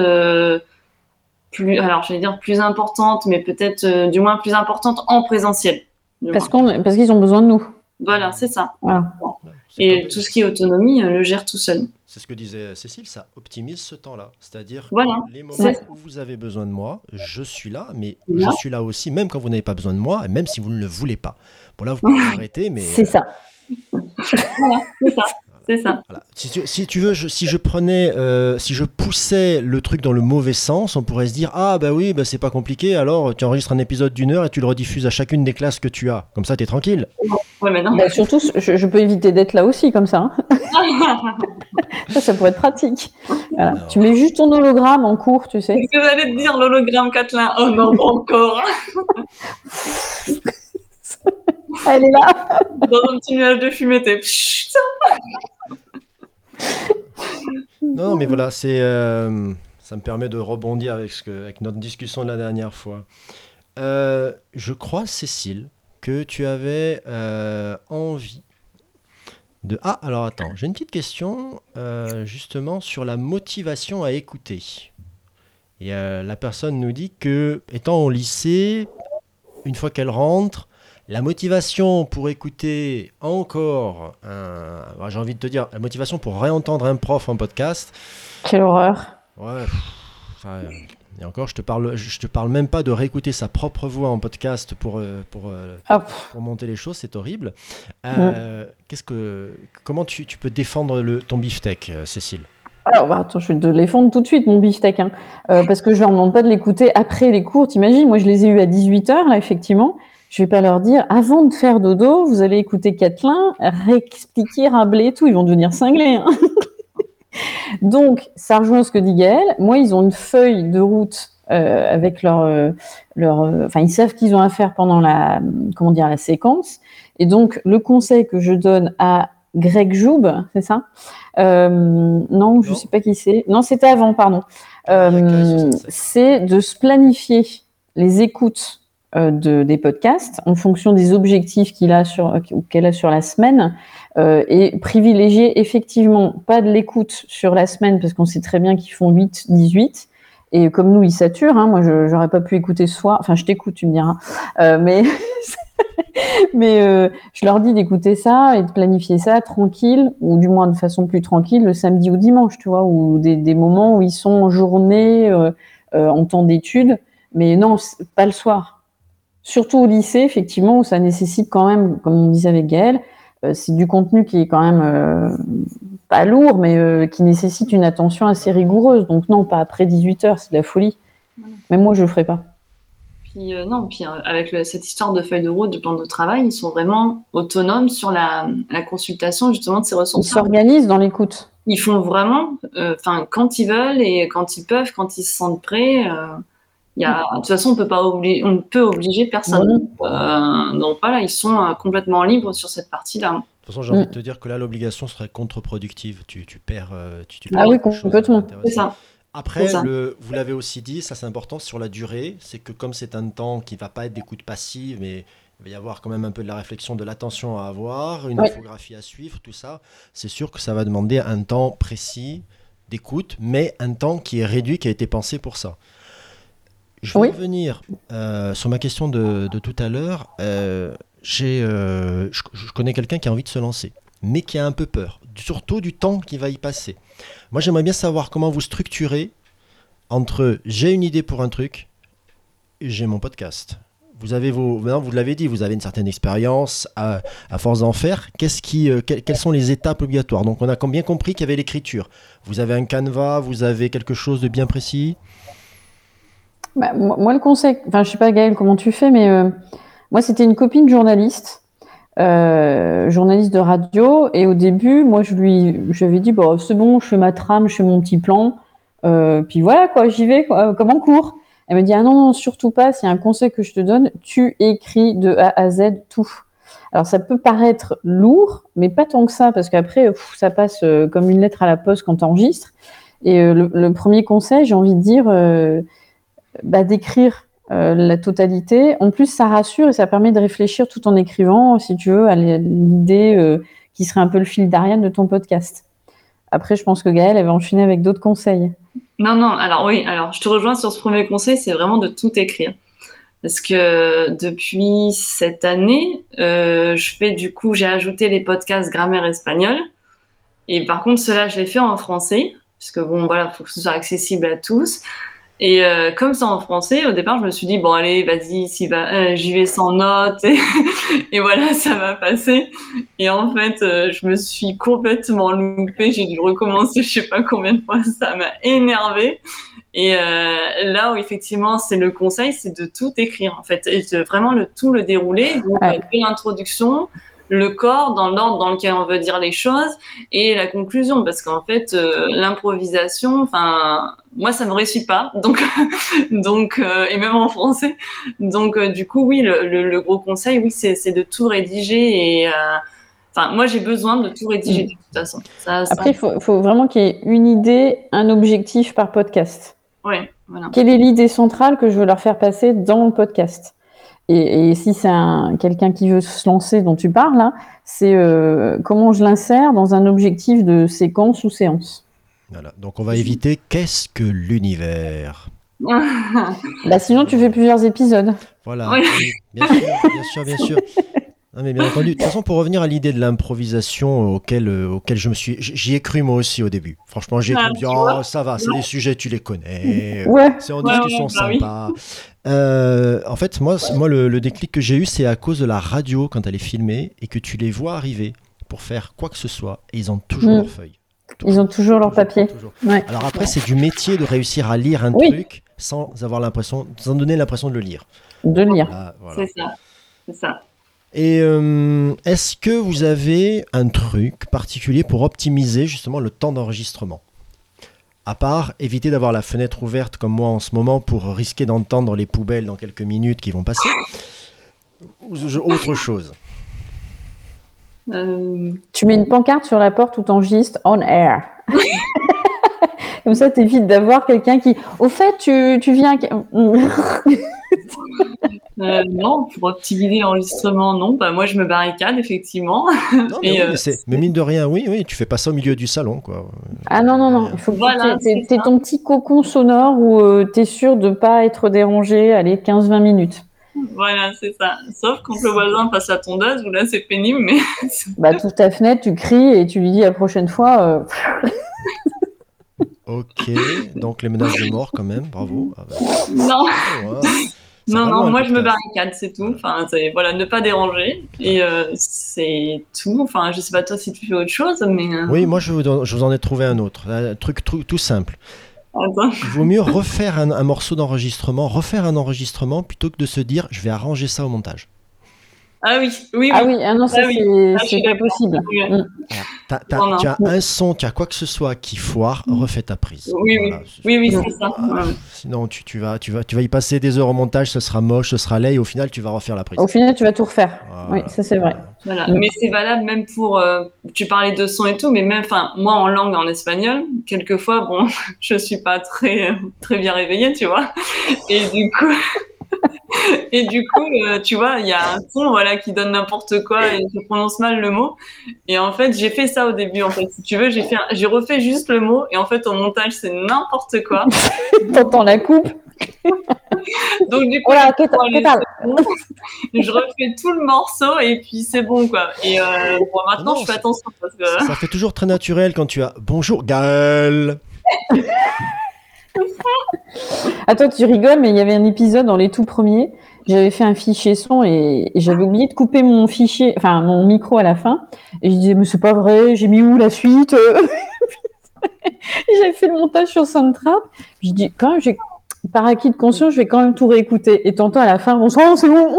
plus importantes, mais peut-être du moins plus importantes en présentiel. Parce qu'ils ont besoin de nous. Voilà, c'est ça. Voilà. Et tout ce qui est autonomie, le gère tout seul. C'est ce que disait Cécile, ça optimise ce temps-là. C'est-à-dire les moments où vous avez besoin de moi, je suis là, mais je suis là aussi, même quand vous n'avez pas besoin de moi, et même si vous ne le voulez pas. Bon, là, vous pouvez arrêter, mais... C'est ça. Voilà, c'est ça. C'est ça. Voilà. Si tu veux, si je poussais le truc dans le mauvais sens, on pourrait se dire ah bah oui, bah c'est pas compliqué. Alors tu enregistres un épisode d'1 heure et tu le rediffuses à chacune des classes que tu as. Comme ça, t'es tranquille. Ouais, mais non. Bah, surtout, je peux éviter d'être là aussi comme ça. Hein. ça pourrait être pratique. Voilà. Tu mets juste ton hologramme en cours, tu sais. Qu'est-ce que vous allez te dire, l'hologramme, Catelin? Oh non, pas encore. Elle est là. Dans un petit nuage de fumée, t'es... Non, mais voilà, ça me permet de rebondir avec notre discussion de la dernière fois. Je crois, Cécile, que tu avais envie de... Ah, alors attends, j'ai une petite question justement sur la motivation à écouter. Et la personne nous dit que, étant au lycée, une fois qu'elle rentre, la motivation pour écouter encore, j'ai envie de te dire, la motivation pour réentendre un prof en podcast. Quelle horreur. Ouais. Et encore, je te parle même pas de réécouter sa propre voix en podcast pour monter les choses, c'est horrible. Comment tu peux défendre ton beefsteak, Cécile? Alors, attends, je vais te le défendre tout de suite, mon beefsteak, hein, parce que je leur demande pas de l'écouter après les cours. T'imagines, moi je les ai eus à 18h, là, effectivement. Je vais pas leur dire, avant de faire dodo, vous allez écouter Catelin, réexpliquer, Rabelais et tout. Ils vont devenir cinglés. Hein. Donc, ça rejoint ce que dit Gaël. Moi, ils ont une feuille de route avec ils savent qu'ils ont à faire pendant la séquence. Et donc, le conseil que je donne à Greg Joub, c'est ça? Non, je sais pas qui c'est. Non, c'était avant, pardon. C'est de se planifier les écoutes des podcasts en fonction des objectifs qu'elle a sur la semaine et privilégier effectivement pas de l'écoute sur la semaine parce qu'on sait très bien qu'ils font 8-18 et comme nous ils saturent, hein, moi j'aurais pas pu écouter ce soir, enfin je t'écoute tu me diras, mais je leur dis d'écouter ça et de planifier ça tranquille ou du moins de façon plus tranquille le samedi ou dimanche, tu vois, ou des moments où ils sont en journée en temps d'études, mais non, pas le soir. Surtout au lycée, effectivement, où ça nécessite quand même, comme on disait avec Gaël, c'est du contenu qui est quand même pas lourd, mais qui nécessite une attention assez rigoureuse. Donc non, pas après 18h, c'est de la folie. Même moi, je le ferai pas. Puis avec cette histoire de feuille de route, de plan de travail, ils sont vraiment autonomes sur la consultation justement de ces ressources. Ils s'organisent dans l'écoute. Ils font vraiment, quand ils veulent et quand ils peuvent, quand ils se sentent prêts. De toute façon, on ne peut obliger personne. Donc voilà, ils sont complètement libres sur cette partie-là. De toute façon, j'ai envie de te dire que là, l'obligation serait contre-productive. Tu perds. Ah oui, complètement. C'est ça. Après, vous l'avez aussi dit, ça c'est important sur la durée. C'est que comme c'est un temps qui ne va pas être d'écoute passive, mais il va y avoir quand même un peu de la réflexion, de l'attention à avoir, une infographie à suivre, tout ça. C'est sûr que ça va demander un temps précis d'écoute, mais un temps qui est réduit, qui a été pensé pour ça. Je vais revenir sur ma question de tout à l'heure. je connais quelqu'un qui a envie de se lancer, mais qui a un peu peur, surtout du temps qui va y passer. Moi, j'aimerais bien savoir comment vous structurez entre j'ai une idée pour un truc et j'ai mon podcast. Vous avez maintenant, vous l'avez dit, vous avez une certaine expérience à force d'en faire. Quelles sont les étapes obligatoires? Donc, on a bien compris qu'il y avait l'écriture. Vous avez un canevas, vous avez quelque chose de bien précis? Moi, le conseil, enfin, je sais pas, Gaëlle, comment tu fais, mais moi, c'était une copine journaliste de radio, et au début, moi, je lui avais dit, bon, c'est bon, je fais ma trame, je fais mon petit plan, puis voilà, quoi, j'y vais, quoi, comme en cours. Elle me dit, ah non, surtout pas, s'il y a un conseil que je te donne, tu écris de A à Z tout. Alors, ça peut paraître lourd, mais pas tant que ça, parce qu'après, ça passe comme une lettre à la poste quand tu enregistres. Et le premier conseil, j'ai envie de dire, d'écrire la totalité. En plus, ça rassure et ça permet de réfléchir tout en écrivant, si tu veux, à l'idée qui serait un peu le fil d'Ariane de ton podcast. Après, je pense que Gaëlle, elle va enchaîner avec d'autres conseils. Non, alors je te rejoins sur ce premier conseil, c'est vraiment de tout écrire. Parce que depuis cette année, j'ai ajouté les podcasts grammaire espagnole. Et par contre, cela, je l'ai fait en français, puisque bon, voilà, faut que ce soit accessible à tous. Et comme c'est en français, au départ, je me suis dit, bon, allez, vas-y, j'y vais sans notes, et voilà, ça va passer. Et en fait, je me suis complètement loupée, j'ai dû recommencer, je sais pas combien de fois, ça m'a énervée. Et là où effectivement, c'est le conseil, c'est de tout écrire, en fait, et de vraiment tout le dérouler, donc l'introduction, le corps dans l'ordre dans lequel on veut dire les choses et la conclusion, parce qu'en fait l'improvisation, enfin moi ça me réussit pas, donc et même en français, donc du coup oui, le gros conseil, oui, c'est de tout rédiger. Et enfin moi j'ai besoin de tout rédiger de toute façon. Après il faut vraiment qu'il y ait une idée, un objectif par podcast. Ouais, voilà. Quelle est l'idée centrale que je veux leur faire passer dans le podcast? Et si c'est quelqu'un qui veut se lancer dont tu parles, là, c'est comment je l'insère dans un objectif de séquence ou séance. Voilà, donc on va éviter qu'est-ce que l'univers. Sinon, tu fais plusieurs épisodes. Voilà, Oui. Bien sûr. Non, mais bien entendu. De toute façon, pour revenir à l'idée de l'improvisation auquel j'y ai cru moi aussi au début. Franchement, j'y ai cru. Ça va, c'est des sujets, tu les connais. Ouais. C'est en discussion sympa. En fait, moi le déclic que j'ai eu, c'est à cause de la radio quand elle est filmée et que tu les vois arriver pour faire quoi que ce soit et ils ont toujours leurs feuilles. Ils ont toujours leur papier. Ouais. Alors après, c'est du métier de réussir à lire un truc sans donner l'impression de le lire. Voilà. C'est ça. Et est-ce que vous avez un truc particulier pour optimiser justement le temps d'enregistrement? À part éviter d'avoir la fenêtre ouverte comme moi en ce moment pour risquer d'entendre les poubelles dans quelques minutes qui vont passer, ou autre chose? Tu mets une pancarte sur la porte où tu enregistres on air. Comme ça, t'évites d'avoir quelqu'un qui... Au fait, tu viens... Non, pour optimiser l'enregistrement, non. Moi, je me barricade, effectivement. Non, mais mine de rien, oui, tu fais pas ça au milieu du salon, quoi. Ah non. Il faut que t'aies ton petit cocon sonore où t'es sûr de pas être dérangé, 15-20 minutes. Voilà, c'est ça. Sauf quand le voisin passe la tondeuse, où là, c'est pénible, mais... Toute ta fenêtre, tu cries et tu lui dis la prochaine fois... Ok, donc les menaces de mort quand même, bravo. Non. Non, moi je me podcast. barricade, c'est tout. Enfin, ne pas déranger. Et c'est tout. Enfin, je sais pas toi si tu fais autre chose, mais... Oui, moi je vous en ai trouvé un autre. Un truc tout simple. Attends. Il vaut mieux refaire un morceau d'enregistrement, plutôt que de se dire je vais arranger ça au montage. Ah oui. Ah non, ça je suis c'est pas d'accord. possible. Alors, tu as un son, tu as quoi que ce soit qui foire, refais ta prise. Oui, Voilà. c'est ça. Sinon, tu vas y passer des heures au montage, ce sera moche, ce sera laid, et au final, tu vas refaire la prise. Au final, tu vas tout refaire. Voilà. Oui, ça c'est vrai. Voilà. Mais c'est valable même pour... tu parlais de son et tout, mais même, moi en langue, en espagnol, quelquefois, bon, je suis pas très bien réveillée, tu vois. Et du coup, tu vois, il y a un son qui donne n'importe quoi et je prononce mal le mot. Et en fait, j'ai fait ça au début. En fait, si tu veux, j'ai refait juste le mot et en fait, au montage, c'est n'importe quoi. T'entends la coupe. Donc du coup, Voilà, que tal? je refais tout le morceau et puis c'est bon quoi. Et maintenant, Non, je fais attention parce que. Ça fait toujours très naturel quand tu as bonjour Gaël. Attends, tu rigoles, mais il y avait un épisode dans les tout premiers. J'avais fait un fichier son et j'avais oublié de couper mon fichier, enfin mon micro à la fin. Et je disais, mais c'est pas vrai, j'ai mis où la suite? Et j'avais fait le montage sur Soundtrap. Je dis, quand même, par acquis de conscience, je vais quand même tout réécouter. Et t'entends à la fin, bon sang, c'est bon.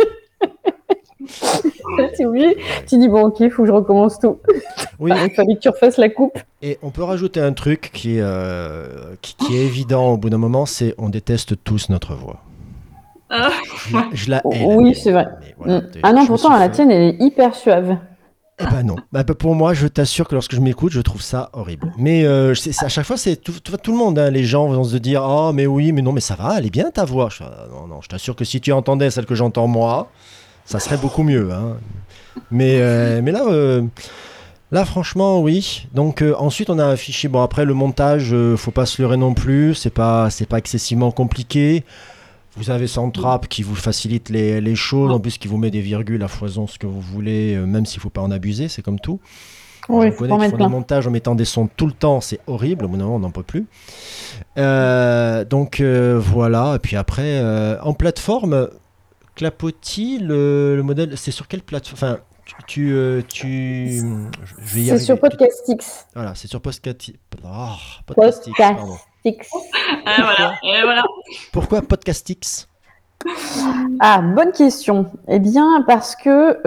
T'es obligé. Tu dis, bon, ok, il faut que je recommence tout. Oui. Il fallait que tu refasses la coupe. Et on peut rajouter un truc qui est évident au bout d'un moment, c'est on déteste tous notre voix. Je la hais. Oui, c'est vrai. Voilà, Ah non, pourtant, la tienne, elle est hyper suave. Eh ben non. Pour moi, je t'assure que lorsque je m'écoute, je trouve ça horrible. Mais à chaque fois, c'est tout le monde. Hein, les gens vont se dire, oh, mais oui, mais non, mais ça va, elle est bien ta voix. Non, je t'assure que si tu entendais celle que j'entends moi, ça serait beaucoup mieux. Hein. Mais là, franchement, oui. Donc ensuite, on a un fichier. Bon, après le montage, faut pas se leurrer non plus. C'est pas excessivement compliqué. Vous avez Soundtrap qui vous facilite les choses, en plus qui vous met des virgules à foison, ce que vous voulez, même s'il ne faut pas en abuser, c'est comme tout. Oui, je connais qui font des montages en mettant des sons tout le temps, c'est horrible, au bout d'un moment on n'en peut plus. Donc voilà, et puis après, en plateforme, Clapotis, le modèle, c'est sur quelle plateforme? Enfin, c'est sur Podcastix. Voilà, c'est sur Podcastix. Podcastix, pardon. Voilà. Pourquoi Podcastix? Ah, bonne question. Eh bien, parce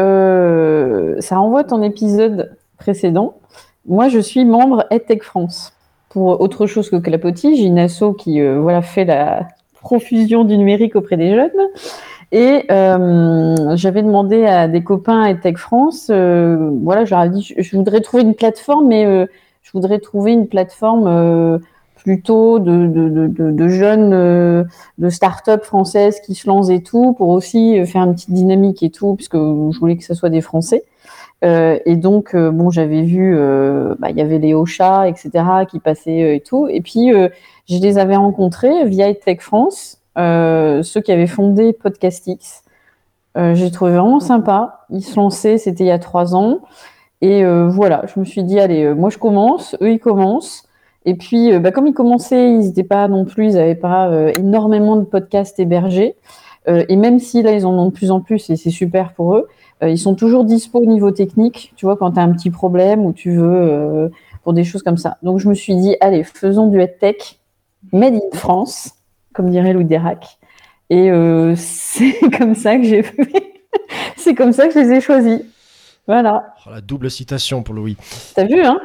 que ça renvoie à ton épisode précédent. Moi, je suis membre EdTech France. Pour autre chose que Clapotis, j'ai une asso qui fait la profusion du numérique auprès des jeunes. Et j'avais demandé à des copains à EdTech France, je leur ai dit, je voudrais trouver une plateforme, mais je voudrais trouver une plateforme plutôt de jeunes, de start-up françaises qui se lancent et tout, pour aussi faire une petite dynamique et tout, puisque je voulais que ce soit des Français. Et donc, j'avais vu, il y avait les Ocha, etc., qui passaient et tout. Et puis, je les avais rencontrés via EdTech France, ceux qui avaient fondé Podcastix. J'ai trouvé vraiment sympa. Ils se lançaient, c'était il y a 3 ans. Et je me suis dit, allez, moi je commence, eux ils commencent. Et puis, comme ils commençaient, ils n'avaient pas énormément de podcasts hébergés. Et même si là, ils en ont de plus en plus, et c'est super pour eux, ils sont toujours dispo au niveau technique, tu vois, quand tu as un petit problème ou tu veux, pour des choses comme ça. Donc, je me suis dit, allez, faisons du EdTech made in France, comme dirait Louis Dérac. Et c'est comme ça que j'ai fait. C'est comme ça que je les ai choisis. Voilà. Oh, la double citation pour Louis. T'as vu, hein?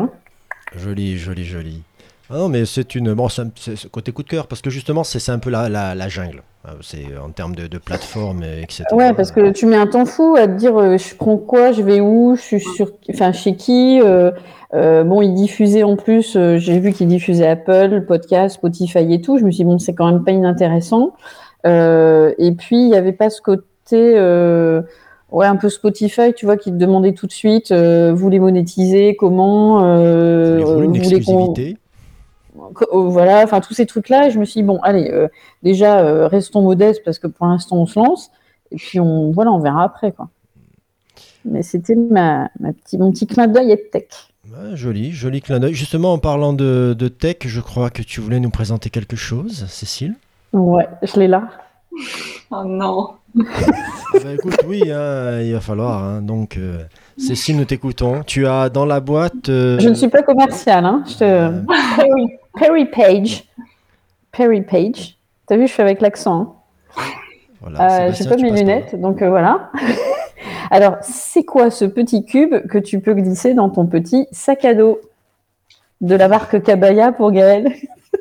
Joli. Ah non, mais c'est c'est côté coup de cœur, parce que justement, c'est un peu la jungle. C'est en termes de plateforme, etc. Ouais, parce que tu mets un temps fou à te dire je prends quoi, je vais où, je suis chez qui. Ils diffusaient en plus, j'ai vu qu'ils diffusaient Apple, Podcast, Spotify et tout. Je me suis dit, bon, c'est quand même pas inintéressant. Et puis, il n'y avait pas ce côté, un peu Spotify, tu vois, qui te demandait tout de suite, vous les monétisez, comment vous une exclusivité. Voilà, enfin tous ces trucs-là, et je me suis dit, bon, allez, déjà, restons modestes parce que pour l'instant, on se lance, et puis on verra après, quoi. Mais c'était mon petit clin d'œil EdTech. Ouais, joli clin d'œil. Justement, en parlant de tech, je crois que tu voulais nous présenter quelque chose, Cécile. Ouais, je l'ai là. Oh non. Écoute, oui, hein, il va falloir. Hein, donc, Cécile, nous t'écoutons. Tu as dans la boîte... Je ne suis pas commerciale. Hein, Perry Page. T'as vu, je fais avec l'accent. Hein. Voilà, j'ai pas mes lunettes, donc voilà. Alors, c'est quoi ce petit cube que tu peux glisser dans ton petit sac à dos de la marque Cabaya pour Gaël?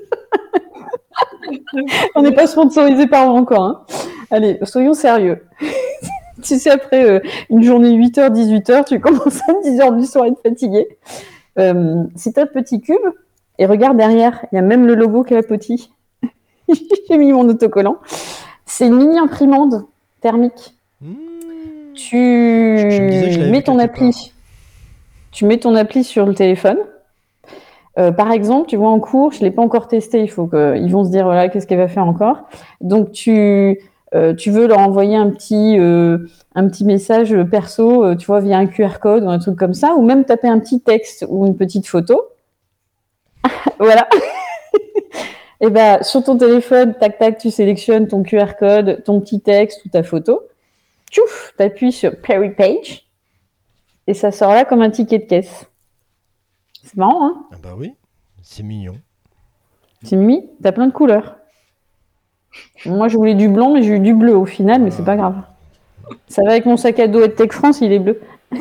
On n'est pas sponsorisé par eux encore. Hein. Allez, soyons sérieux. Tu sais, après une journée 8h, 18h, tu commences à 10h du soir à être fatigué. Si tu as un petit cube, et regarde derrière, il y a même le logo Clapotis. J'ai mis mon autocollant. C'est une mini imprimante thermique. Tu mets ton appli. Tu mets ton appli sur le téléphone. Par exemple, tu vois, en cours, je l'ai pas encore testé. Ils vont se dire, voilà, qu'est-ce qu'elle va faire encore. Donc, tu veux leur envoyer un petit message perso, tu vois, via un QR code ou un truc comme ça, ou même taper un petit texte ou une petite photo. Voilà. Et ben, sur ton téléphone, tac, tac, tu sélectionnes ton QR code, ton petit texte ou ta photo. Tchouf, t'appuies sur Perry Page et ça sort là comme un ticket de caisse. C'est marrant, hein? Ah bah oui, c'est mignon. C'est mimi, t'as plein de couleurs. Moi, je voulais du blanc, mais j'ai eu du bleu au final, mais c'est pas grave. Ça va avec mon sac à dos EdTech France, il est bleu.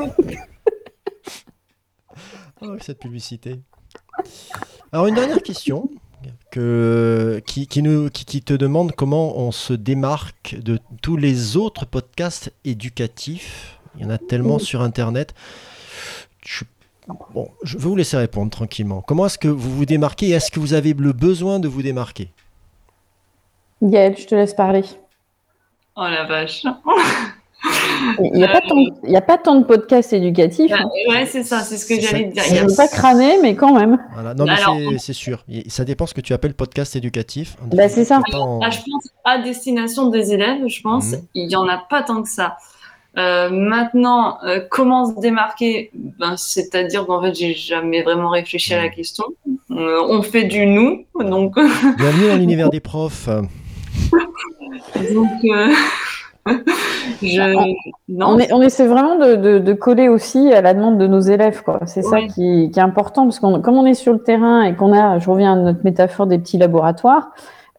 Oh, cette publicité. Alors, une dernière question qui te demande comment on se démarque de tous les autres podcasts éducatifs. Il y en a tellement sur Internet. Je vais vous laisser répondre tranquillement. Comment est-ce que vous vous démarquez et est-ce que vous avez le besoin de vous démarquer? Gaëlle, je te laisse parler. Oh la vache. Il n'y a pas tant de podcasts éducatifs. Hein. Ouais, c'est ça, c'est ce que j'allais te dire. Je ne veux pas crâner, mais quand même. Voilà. Non, mais alors, c'est sûr. Ça dépend ce que tu appelles podcast éducatif. Bah, c'est ça. Je pense à destination des élèves, je pense. Il n'y en a pas tant que ça. Maintenant, comment se démarquer? C'est-à-dire qu'en fait, j'ai jamais vraiment réfléchi à la question. On fait du nous, donc. Bienvenue dans l'univers des profs. Donc, on essaie vraiment de coller aussi à la demande de nos élèves, quoi. C'est ça qui est important, parce que comme on est sur le terrain et je reviens à notre métaphore des petits laboratoires,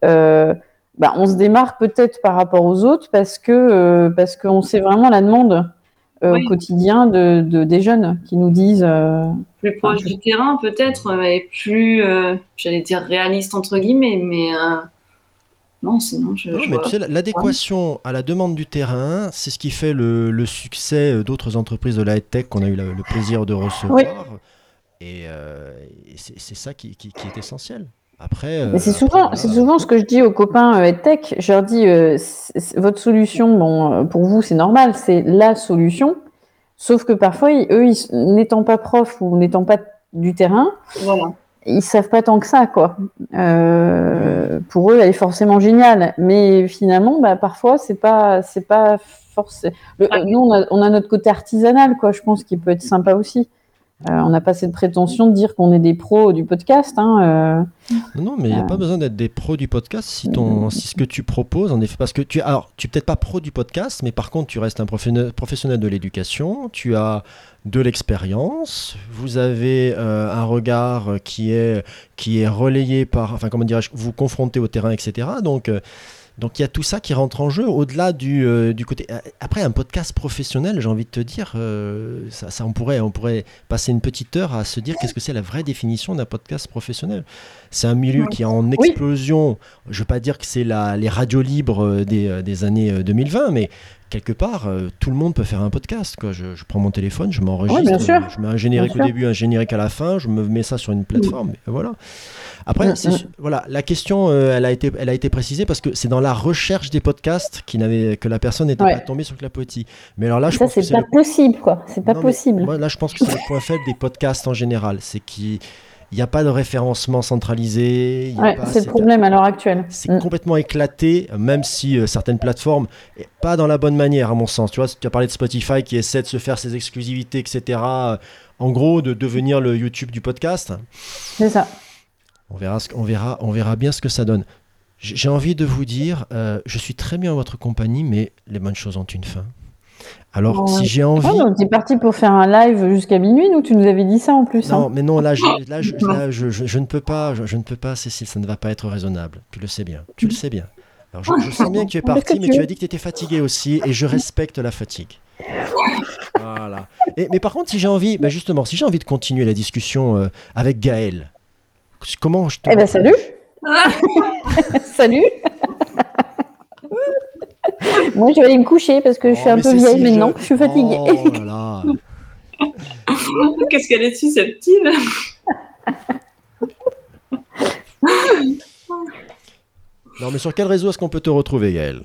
on se démarque peut-être par rapport aux autres parce qu'on sait vraiment la demande au quotidien des jeunes qui nous disent... plus proche du terrain peut-être, mais plus, j'allais dire réaliste entre guillemets, mais... Non, sinon mais tu sais, l'adéquation à la demande du terrain, c'est ce qui fait le succès d'autres entreprises de la EdTech qu'on a eu le plaisir de recevoir. Oui. Et c'est ça qui est essentiel. Après, c'est souvent ce que je dis aux copains EdTech. Je leur dis, votre solution, pour vous, c'est normal, c'est la solution. Sauf que parfois, eux, n'étant pas profs ou n'étant pas du terrain, voilà. Ils savent pas tant que ça, quoi. Pour eux, elle est forcément géniale, mais finalement, parfois, c'est pas forcément. Nous, on a notre côté artisanal, quoi. Je pense qu'il peut être sympa aussi. On n'a pas cette prétention de dire qu'on est des pros du podcast. Hein, Non, mais il n'y a pas besoin d'être des pros du podcast si ce que tu proposes, en effet, parce que tu n'es peut-être pas pro du podcast, mais par contre, tu restes un professionnel de l'éducation, tu as de l'expérience, vous avez un regard qui est relayé par, enfin, comment dirais-je, vous confrontez au terrain, etc. Donc il y a tout ça qui rentre en jeu au-delà du côté. Après, un podcast professionnel, j'ai envie de te dire, ça on pourrait passer une petite heure à se dire qu'est-ce que c'est la vraie définition d'un podcast professionnel. C'est un milieu qui est en explosion. Je ne veux pas dire que c'est les radios libres des années 2020, mais quelque part, tout le monde peut faire un podcast, quoi. Je prends mon téléphone, je m'enregistre, je mets un générique au début, un générique à la fin, je me mets ça sur une plateforme, et voilà. Après, voilà, la question, elle a été précisée parce que c'est dans la recherche des podcasts que la personne n'était pas tombée sur Clapotis. Mais alors là, je pense que c'est pas possible, quoi. C'est pas possible. Moi, là, je pense que c'est le point faible des podcasts en général, c'est qu'il n'y a pas de référencement centralisé. C'est le problème à l'heure actuelle. C'est complètement éclaté, même si certaines plateformes, pas dans la bonne manière, à mon sens. Tu vois, tu as parlé de Spotify qui essaie de se faire ses exclusivités, etc. En gros, de devenir le YouTube du podcast. C'est ça. On verra bien ce que ça donne. J'ai envie de vous dire, je suis très bien à votre compagnie, mais les bonnes choses ont une fin. Alors, si j'ai envie... on était parti pour faire un live jusqu'à minuit, nous, tu nous avais dit ça en plus. Non, mais non, là, je ne peux pas, Cécile, ça ne va pas être raisonnable. Tu le sais bien. Alors, je sens bien que tu es parti, mais tu as dit que tu étais fatiguée aussi, et je respecte la fatigue. Voilà. Mais par contre, si j'ai envie de continuer la discussion avec Gaëlle, comment je te... salut. Salut. Moi, je vais aller me coucher parce que je suis un peu vieille maintenant. Je suis fatiguée. Oh là là. Qu'est-ce qu'elle est susceptible. Non, mais sur quel réseau est-ce qu'on peut te retrouver, Gaëlle?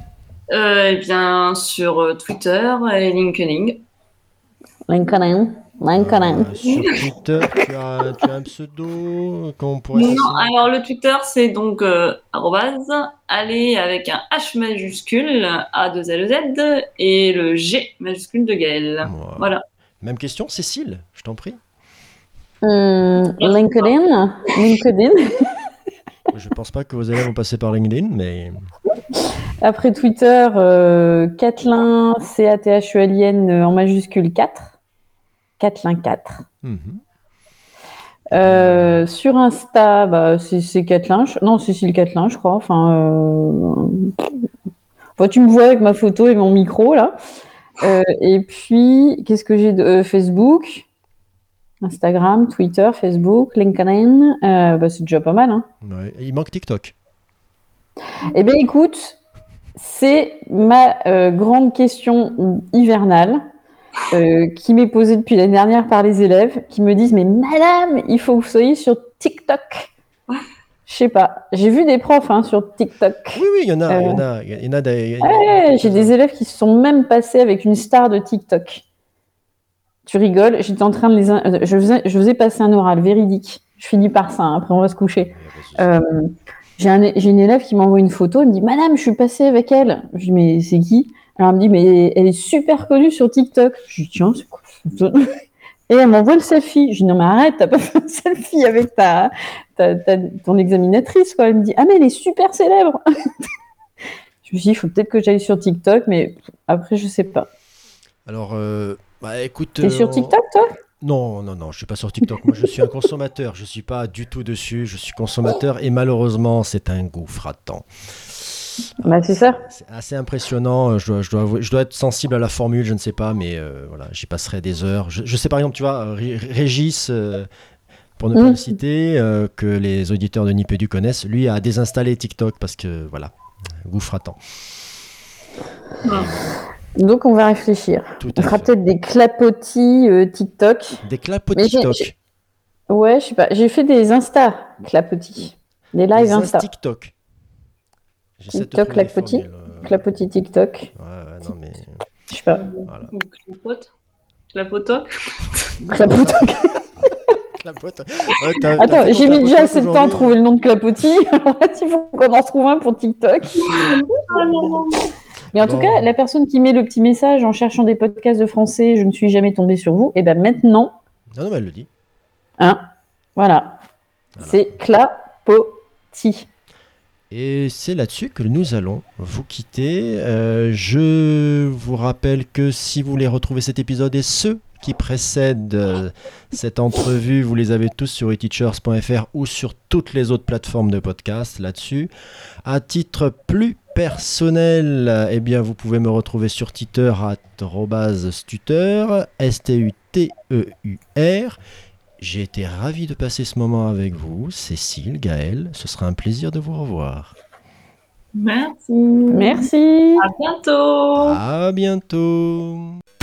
Eh bien, sur Twitter et LinkedIn. LinkedIn. LinkedIn. Sur Twitter, tu as un pseudo qu'on pourrait Non, assassiner alors le Twitter, c'est donc arrobase, allez avec un H majuscule, A2LZ, et le G majuscule de Gaël. Voilà. Même question, Cécile, je t'en prie. LinkedIn. Je pense pas que vos élèves vont passer par LinkedIn, mais Après Twitter, Catelin, C-A-T-H-E-L-I-N en majuscule 4. Catelin 4. Sur Insta, bah, c'est Catelin. Non, Cécile Catelin, je crois. Enfin, tu me vois avec ma photo et mon micro, là. Et puis, qu'est-ce que j'ai de Facebook, Instagram, Twitter, Facebook, LinkedIn. Bah, c'est déjà pas mal, hein. ouais. Il manque TikTok. Eh bien, écoute, c'est ma grande question hivernale qui m'est posée depuis l'année dernière par les élèves qui me disent « Mais madame, il faut que vous soyez sur TikTok !» Je sais pas. J'ai vu des profs sur TikTok. Oui, il y en a. Ouais, j'ai des élèves qui se sont même passés avec une star de TikTok. Tu rigoles, j'étais en train de les... Je faisais passer un oral véridique. Je finis par ça, hein, après on va se coucher. J'ai une élève qui m'envoie une photo, elle me dit « Madame, je suis passée avec elle. » Je dis « Mais c'est qui ?» Alors elle me dit « Mais elle est super connue sur TikTok. » Je dis « Tiens, c'est quoi ça ?» Et elle m'envoie le selfie. Je dis « Non mais arrête, t'as pas fait un selfie avec ton examinatrice, quoi. » Elle me dit « Ah mais elle est super célèbre. » Je me suis dit « Il faut peut-être que j'aille sur TikTok, mais après je sais pas. » Alors, écoute... T'es sur TikTok, toi ? Non, je suis pas sur TikTok. Moi, je suis un consommateur. Je suis pas du tout dessus. Je suis consommateur et malheureusement, c'est un gouffre à temps. Bah, c'est ça. C'est assez impressionnant. Je dois être sensible à la formule, je ne sais pas, mais voilà, j'y passerai des heures. Je sais par exemple, tu vois, Régis, pour ne pas le citer, que les auditeurs de Nipédu connaissent, lui a désinstallé TikTok parce que voilà, gouffre à temps. Donc on va réfléchir. On fera peut-être des clapotis TikTok. Des clapotis TikTok. Ouais, je sais pas. J'ai fait des Insta clapotis. Des live Insta. TikTok. TikTok clapotis. Clapotis TikTok. Ouais, non mais... Je sais pas. Voilà. Clapotoc. Attends, j'ai mis déjà assez de temps à trouver le nom de clapotis. Alors là, il faut qu'on en trouve un pour TikTok. Mais en tout cas, la personne qui met le petit message en cherchant des podcasts de français, je ne suis jamais tombée sur vous, et bien maintenant... Non, mais elle le dit. Voilà. C'est clapotis. Et c'est là-dessus que nous allons vous quitter. Je vous rappelle que si vous voulez retrouver cet épisode et ceux qui précèdent cette entrevue, vous les avez tous sur eteachers.fr ou sur toutes les autres plateformes de podcast là-dessus. À titre plus personnel, eh bien, vous pouvez me retrouver sur Twitter @stuteur, STUTEUR. J'ai été ravi de passer ce moment avec vous, Cécile, Gaël. Ce sera un plaisir de vous revoir. Merci. Merci. À bientôt. À bientôt.